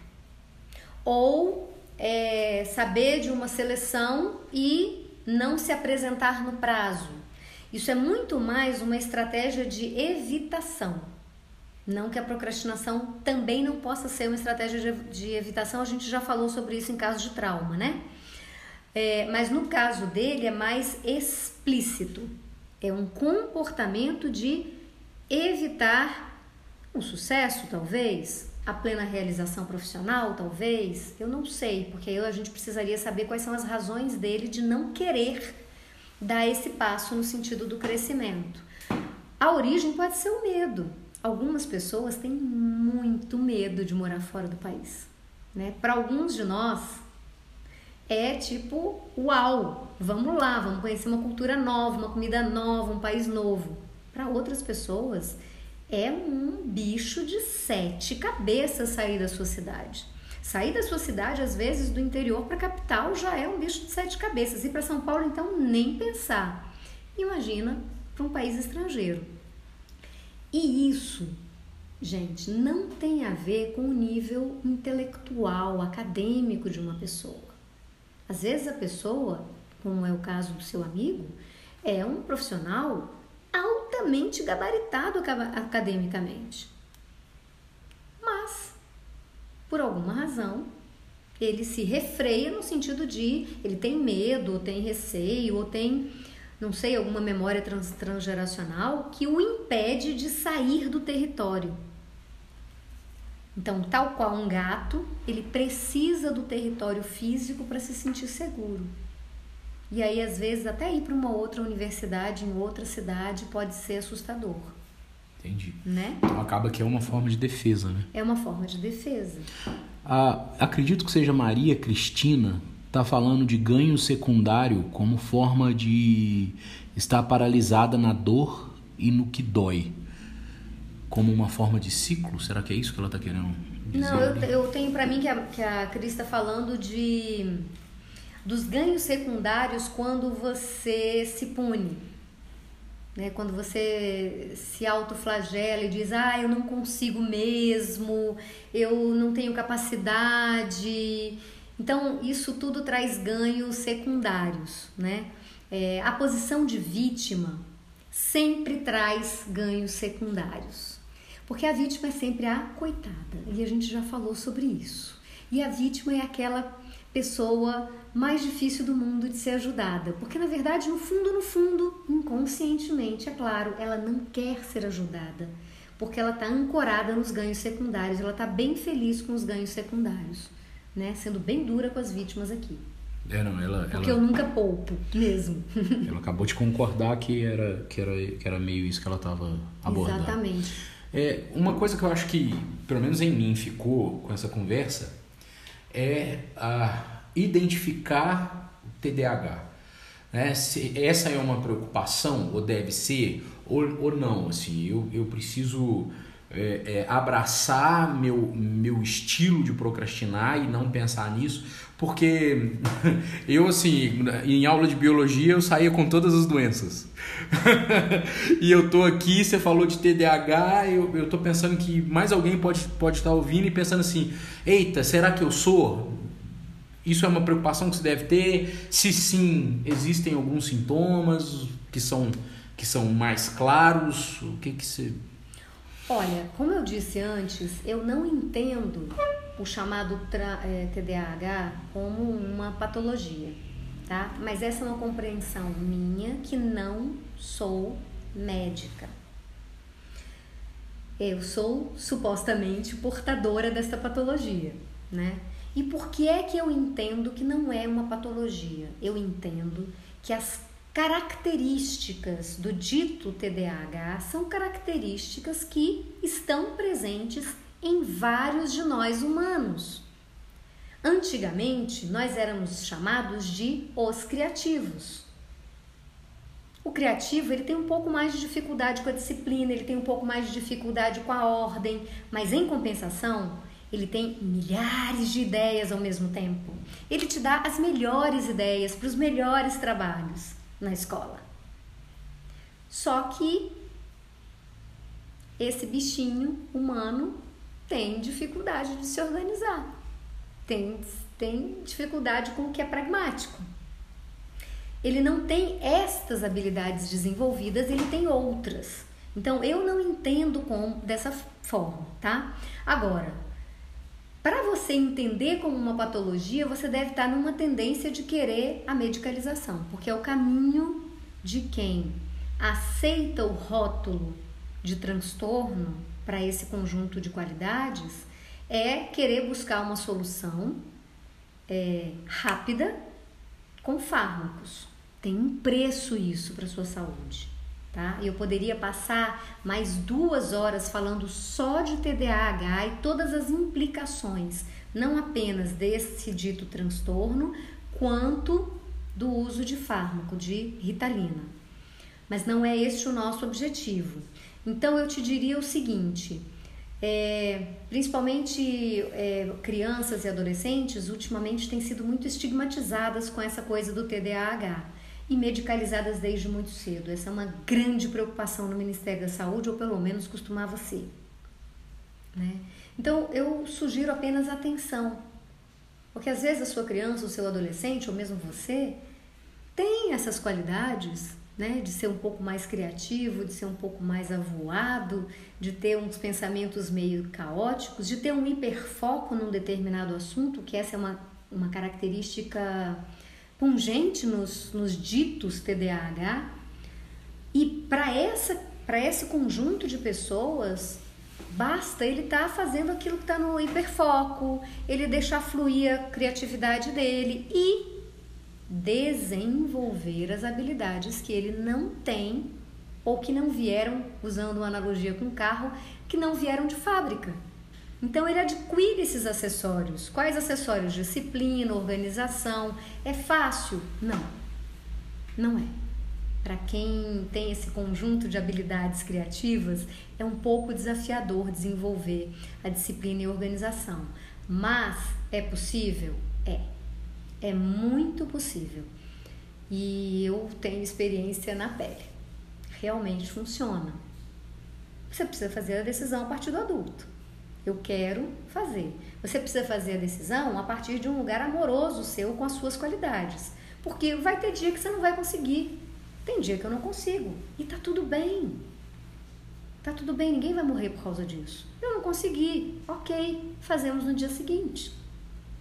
Ou é, saber de uma seleção e não se apresentar no prazo. Isso é muito mais uma estratégia de evitação. Não que a procrastinação também não possa ser uma estratégia de, de evitação, a gente já falou sobre isso em casos de trauma, né? É, mas no caso dele é mais explícito. É um comportamento de evitar o sucesso, talvez, a plena realização profissional, talvez, eu não sei, porque aí a gente precisaria saber quais são as razões dele de não querer dar esse passo no sentido do crescimento. A origem pode ser o medo. Algumas pessoas têm muito medo de morar fora do país, né? Para alguns de nós é tipo, uau, vamos lá, vamos conhecer uma cultura nova, uma comida nova, um país novo. Para outras pessoas é um bicho de sete cabeças sair da sua cidade. Sair da sua cidade, às vezes, do interior para a capital já é um bicho de sete cabeças. E para São Paulo, então, nem pensar. Imagina para um país estrangeiro. E isso, gente, não tem a ver com o nível intelectual, acadêmico de uma pessoa. Às vezes a pessoa, como é o caso do seu amigo, é um profissional altamente gabaritado academicamente. Mas, por alguma razão, ele se refreia no sentido de ele tem medo, ou tem receio, ou tem, não sei, alguma memória trans, transgeracional que o impede de sair do território. Então, tal qual um gato, ele precisa do território físico para se sentir seguro. E aí, às vezes, até ir para uma outra universidade, em outra cidade, pode ser assustador. Entendi. Né? Então, acaba que é uma forma de defesa, né? É uma forma de defesa. Ah, acredito que seja Maria Cristina, está falando de ganho secundário como forma de estar paralisada na dor e no que dói. Como uma forma de ciclo? Será que é isso que ela está querendo dizer? Não, eu, eu tenho para mim que a, que a Cris está falando de, dos ganhos secundários quando você se pune. Né? Quando você se autoflagela e diz, ah, eu não consigo mesmo, eu não tenho capacidade. Então, isso tudo traz ganhos secundários, né? É, a posição de vítima sempre traz ganhos secundários, porque a vítima é sempre a coitada, e a gente já falou sobre isso. E a vítima é aquela pessoa mais difícil do mundo de ser ajudada, porque na verdade, no fundo, no fundo, inconscientemente, é claro, ela não quer ser ajudada, porque ela está ancorada nos ganhos secundários, ela está bem feliz com os ganhos secundários, né? Sendo bem dura com as vítimas aqui. É, não, ela, porque ela, eu nunca poupo, mesmo. Ela acabou de concordar que era, que era, que era meio isso que ela estava abordando. Exatamente. É, uma coisa que eu acho que, pelo menos em mim, ficou com essa conversa é a identificar o T D A H. Né? Se essa é uma preocupação, ou deve ser, ou, ou não. Assim, eu, eu preciso é, é, abraçar meu, meu estilo de procrastinar e não pensar nisso, porque eu, assim, em aula de biologia eu saía com todas as doenças. E eu tô aqui, você falou de T D A H, eu, eu tô pensando que mais alguém pode, pode estar ouvindo e pensando assim, eita, será que eu sou? Isso é uma preocupação que você deve ter? Se sim, existem alguns sintomas que são, que são mais claros? O que que você... Olha, como eu disse antes, eu não entendo o chamado tra- é, T D A H como uma patologia, tá? Mas essa é uma compreensão minha, que não sou médica. Eu sou supostamente portadora dessa patologia, né? E por que é que eu entendo que não é uma patologia? Eu entendo que as características do dito T D A H são características que estão presentes em vários de nós humanos. Antigamente, nós éramos chamados de os criativos. O criativo, ele tem um pouco mais de dificuldade com a disciplina, ele tem um pouco mais de dificuldade com a ordem, mas em compensação, ele tem milhares de ideias ao mesmo tempo. Ele te dá as melhores ideias para os melhores trabalhos na escola. Só que esse bichinho humano tem dificuldade de se organizar. Tem, tem dificuldade com o que é pragmático. Ele não tem estas habilidades desenvolvidas, ele tem outras. Então, eu não entendo como dessa forma, tá? Agora, para você entender como uma patologia, você deve estar numa tendência de querer a medicalização, porque é o caminho de quem aceita o rótulo de transtorno para esse conjunto de qualidades, é querer buscar uma solução é, rápida com fármacos. Tem um preço isso para a sua saúde. Tá? Eu poderia passar mais duas horas falando só de T D A H e todas as implicações, não apenas desse dito transtorno, quanto do uso de fármaco, de Ritalina. Mas não é esse o nosso objetivo. Então eu te diria o seguinte, é, principalmente é, crianças e adolescentes ultimamente têm sido muito estigmatizadas com essa coisa do T D A H. E medicalizadas desde muito cedo. Essa é uma grande preocupação no Ministério da Saúde, ou pelo menos costumava ser. Né? Então, eu sugiro apenas atenção. Porque às vezes a sua criança, o seu adolescente, ou mesmo você, tem essas qualidades, né? De ser um pouco mais criativo, de ser um pouco mais avoado, de ter uns pensamentos meio caóticos, de ter um hiperfoco num determinado assunto, que essa é uma, uma característica pungente nos, nos ditos T D A H, e para essa, para esse conjunto de pessoas, basta ele estar tá fazendo aquilo que está no hiperfoco, ele deixar fluir a criatividade dele e desenvolver as habilidades que ele não tem ou que não vieram, usando uma analogia com o carro, que não vieram de fábrica. Então ele adquire esses acessórios. Quais acessórios? Disciplina, organização. É fácil? Não, não é. Para quem tem esse conjunto de habilidades criativas, é um pouco desafiador desenvolver a disciplina e a organização. Mas é possível? É. É muito possível. E eu tenho experiência na pele. Realmente funciona. Você precisa fazer a decisão a partir do adulto. Eu quero fazer. Você precisa fazer a decisão a partir de um lugar amoroso seu com as suas qualidades. Porque vai ter dia que você não vai conseguir. Tem dia que eu não consigo. E tá tudo bem. Tá tudo bem, ninguém vai morrer por causa disso. Eu não consegui. Ok, fazemos no dia seguinte.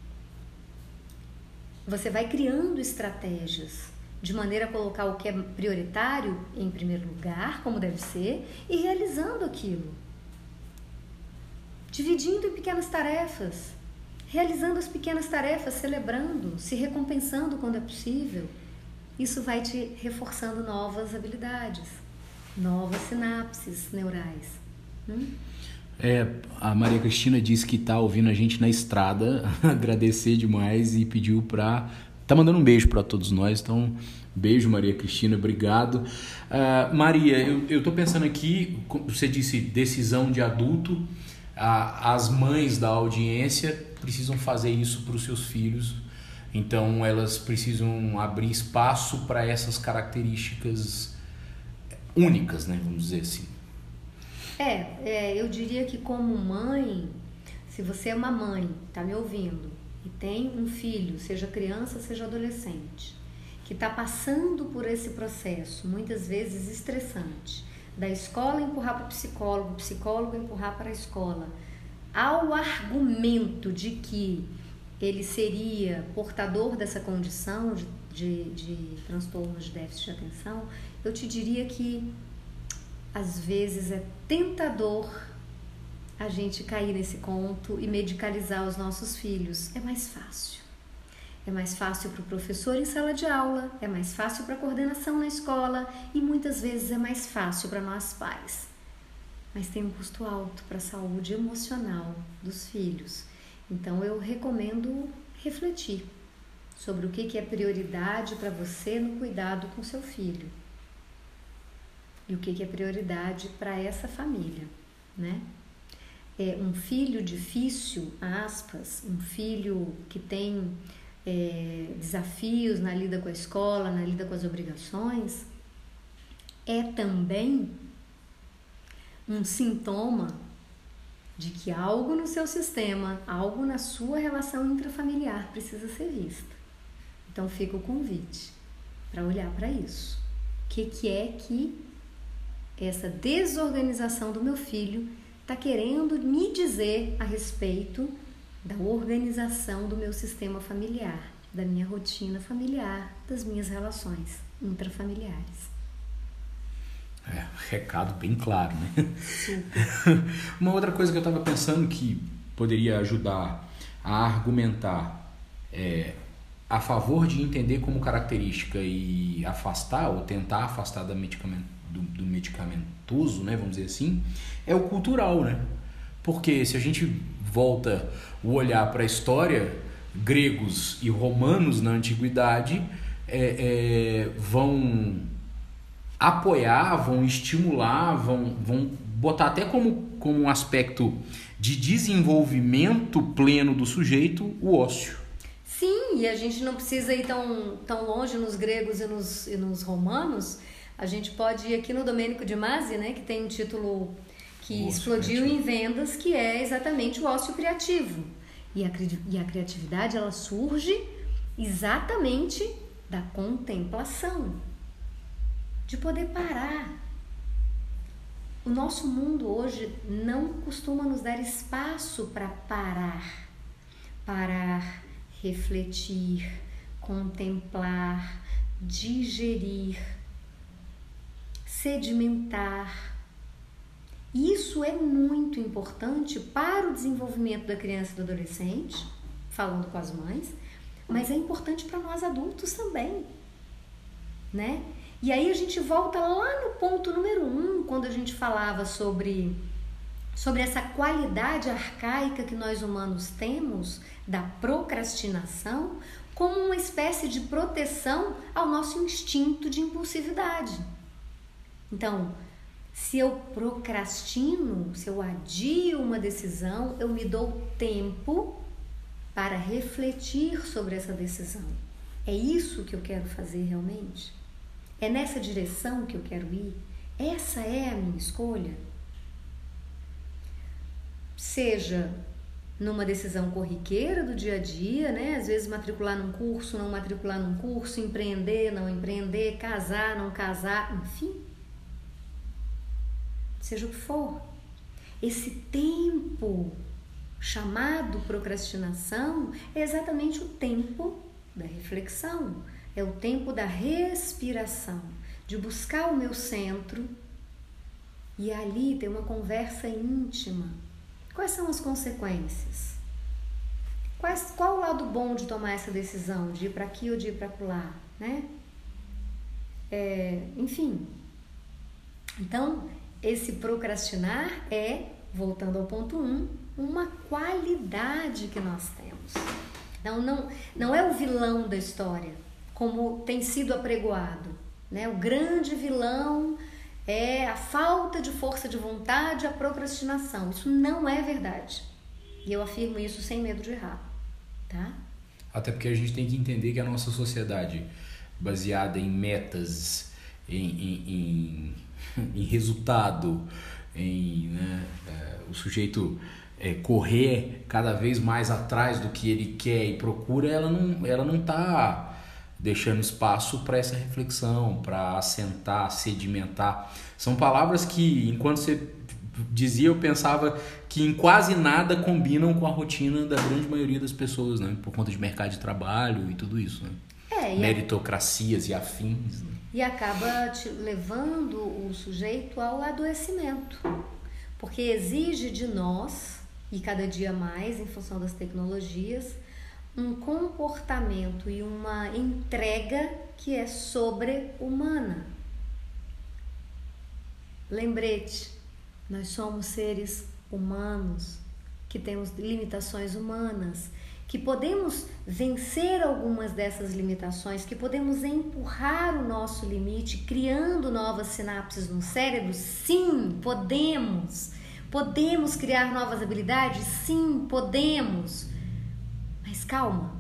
Você vai criando estratégias de maneira a colocar o que é prioritário em primeiro lugar, como deve ser, e realizando aquilo. Dividindo em pequenas tarefas, realizando as pequenas tarefas, celebrando, se recompensando quando é possível. Isso vai te reforçando novas habilidades, novas sinapses neurais. Hum? É, a Maria Cristina disse que tá ouvindo a gente na estrada, agradecer demais e pediu para... Tá mandando um beijo para todos nós, então beijo Maria Cristina, obrigado. Uh, Maria, eu, eu tô pensando aqui, você disse decisão de adulto, uh, as mães da audiência precisam fazer isso para os seus filhos, então elas precisam abrir espaço para essas características únicas, né, vamos dizer assim. É, é, eu diria que como mãe, se você é uma mãe, tá me ouvindo, e tem um filho, seja criança, seja adolescente, que está passando por esse processo, muitas vezes estressante, da escola empurrar para o psicólogo, o psicólogo empurrar para a escola, ao argumento de que ele seria portador dessa condição de, de, de transtorno de déficit de atenção, eu te diria que às vezes é tentador a gente cair nesse conto e medicalizar os nossos filhos. É mais fácil. É mais fácil para o professor em sala de aula, é mais fácil para a coordenação na escola e muitas vezes é mais fácil para nós pais. Mas tem um custo alto para a saúde emocional dos filhos. Então eu recomendo refletir sobre o que é prioridade para você no cuidado com seu filho. E o que é prioridade para essa família, né? É um filho difícil, aspas, um filho que tem é, desafios na lida com a escola, na lida com as obrigações, é também um sintoma de que algo no seu sistema, algo na sua relação intrafamiliar precisa ser visto. Então fica o convite para olhar para isso. O que, que é que essa desorganização do meu filho está querendo me dizer a respeito da organização do meu sistema familiar, da minha rotina familiar, das minhas relações intrafamiliares. É, recado bem claro, né? Super. Uma outra coisa que eu estava pensando que poderia ajudar a argumentar é, a favor de entender como característica e afastar ou tentar afastar da medicamento, do, do medicamentoso, né, vamos dizer assim, é o cultural, né? Porque se a gente volta o olhar para a história, gregos e romanos na antiguidade é, é, vão apoiar, vão estimular, vão, vão botar até como, como um aspecto de desenvolvimento pleno do sujeito o ócio. Sim, e a gente não precisa ir tão, tão longe nos gregos e nos, e nos romanos. A gente pode ir aqui no Domênico de Masi, né, que tem um título que explodiu criativo em vendas, que é exatamente o ócio criativo. E a, e a criatividade, ela surge exatamente da contemplação, de poder parar. O nosso mundo hoje não costuma nos dar espaço para parar. Parar, refletir, contemplar, digerir, sedimentar. Isso é muito importante para o desenvolvimento da criança e do adolescente, falando com as mães, mas é importante para nós adultos também, né? E aí a gente volta lá no ponto número um, quando a gente falava sobre, sobre essa qualidade arcaica que nós humanos temos da procrastinação como uma espécie de proteção ao nosso instinto de impulsividade. Então, se eu procrastino, se eu adio uma decisão, eu me dou tempo para refletir sobre essa decisão. É isso que eu quero fazer realmente? É nessa direção que eu quero ir? Essa é a minha escolha? Seja numa decisão corriqueira do dia a dia, né? Às vezes matricular num curso, não matricular num curso, empreender, não empreender, casar, não casar, enfim. Seja o que for. Esse tempo chamado procrastinação é exatamente o tempo da reflexão, é o tempo da respiração, de buscar o meu centro e ali ter uma conversa íntima. Quais são as consequências? Quais, qual o lado bom de tomar essa decisão, de ir para aqui ou de ir para acolá, né? É, enfim, então esse procrastinar é, voltando ao ponto um, uma qualidade que nós temos. Não, não, não é o vilão da história, como tem sido apregoado, né? O grande vilão é a falta de força de vontade, a procrastinação. Isso não é verdade. E eu afirmo isso sem medo de errar, tá? Até porque a gente tem que entender que a nossa sociedade, baseada em metas, em, em, em, em resultado, em né, é, o sujeito é, correr cada vez mais atrás do que ele quer e procura, ela não ela não está deixando espaço para essa reflexão, para assentar, sedimentar. São palavras que, enquanto você dizia, eu pensava que em quase nada combinam com a rotina da grande maioria das pessoas, né? Por conta de mercado de trabalho e tudo isso, né? É, e meritocracias e afins, né? E acaba te levando o sujeito ao adoecimento, porque exige de nós, e cada dia mais em função das tecnologias, um comportamento e uma entrega que é sobre-humana. Lembrete, nós somos seres humanos, que temos limitações humanas, que podemos vencer algumas dessas limitações, que podemos empurrar o nosso limite, criando novas sinapses no cérebro. Sim, podemos. Podemos criar novas habilidades? Sim, podemos. Mas calma.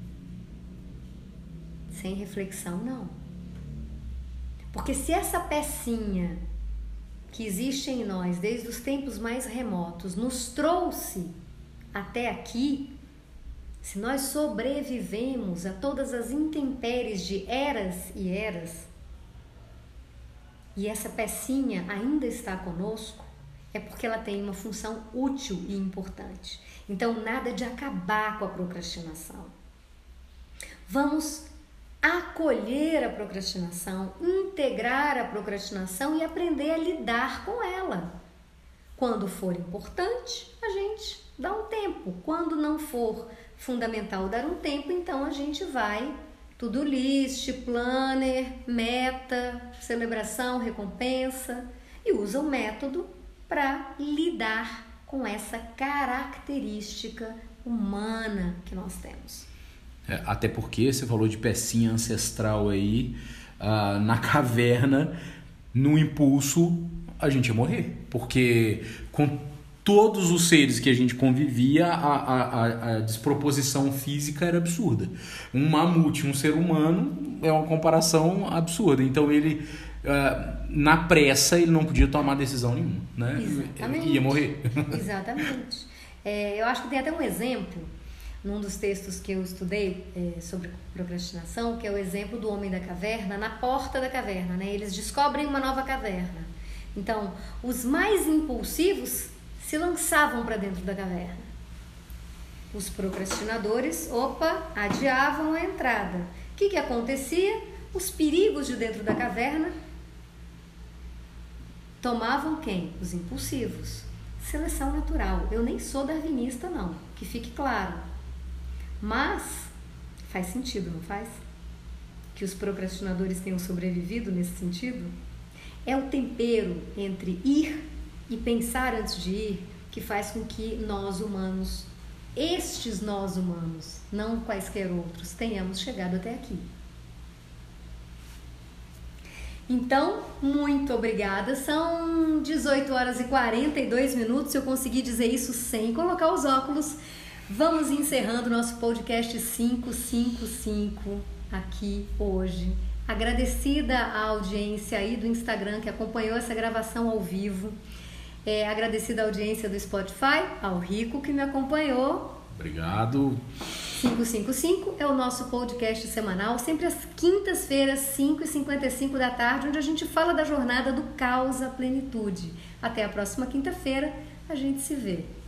Sem reflexão, não. Porque se essa pecinha que existe em nós desde os tempos mais remotos nos trouxe até aqui, se nós sobrevivemos a todas as intempéries de eras e eras, e essa pecinha ainda está conosco, é porque ela tem uma função útil e importante. Então, nada de acabar com a procrastinação. Vamos acolher a procrastinação, integrar a procrastinação e aprender a lidar com ela. Quando for importante, a gente dá um tempo. Quando não for fundamental dar um tempo, então a gente vai to-do list, planner, meta, celebração, recompensa e usa o método para lidar com essa característica humana que nós temos. É, até porque você falou de pecinha ancestral aí, uh, na caverna, no impulso, a gente ia morrer. Porque com todos os seres que a gente convivia, a, a, a desproposição física era absurda. Um mamute, um ser humano, é uma comparação absurda. Então ele, uh, na pressa, ele não podia tomar decisão nenhuma, né? Exatamente. Ia morrer. Exatamente. É, eu acho que tem até um exemplo num dos textos que eu estudei é, sobre procrastinação, que é o exemplo do homem da caverna, na porta da caverna, né? Eles descobrem uma nova caverna. Então, os mais impulsivos se lançavam para dentro da caverna. Os procrastinadores, opa, adiavam a entrada. O que que acontecia? Os perigos de dentro da caverna tomavam quem? Os impulsivos. Seleção natural. Eu nem sou darwinista, não, que fique claro. Mas faz sentido, não faz? Que os procrastinadores tenham sobrevivido nesse sentido? É o tempero entre ir e pensar antes de ir que faz com que nós humanos, estes nós humanos, não quaisquer outros, tenhamos chegado até aqui. Então, muito obrigada. São dezoito horas e quarenta e dois minutos. Eu consegui dizer isso sem colocar os óculos. Vamos encerrando nosso podcast quinhentos e cinquenta e cinco aqui hoje. Agradecida à audiência aí do Instagram que acompanhou essa gravação ao vivo. É, agradecida à audiência do Spotify, ao Rico que me acompanhou. Obrigado. quinhentos e cinquenta e cinco é o nosso podcast semanal, sempre às quintas-feiras, cinco e cinquenta e cinco da tarde, onde a gente fala da jornada do caos à plenitude. Até a próxima quinta-feira, a gente se vê.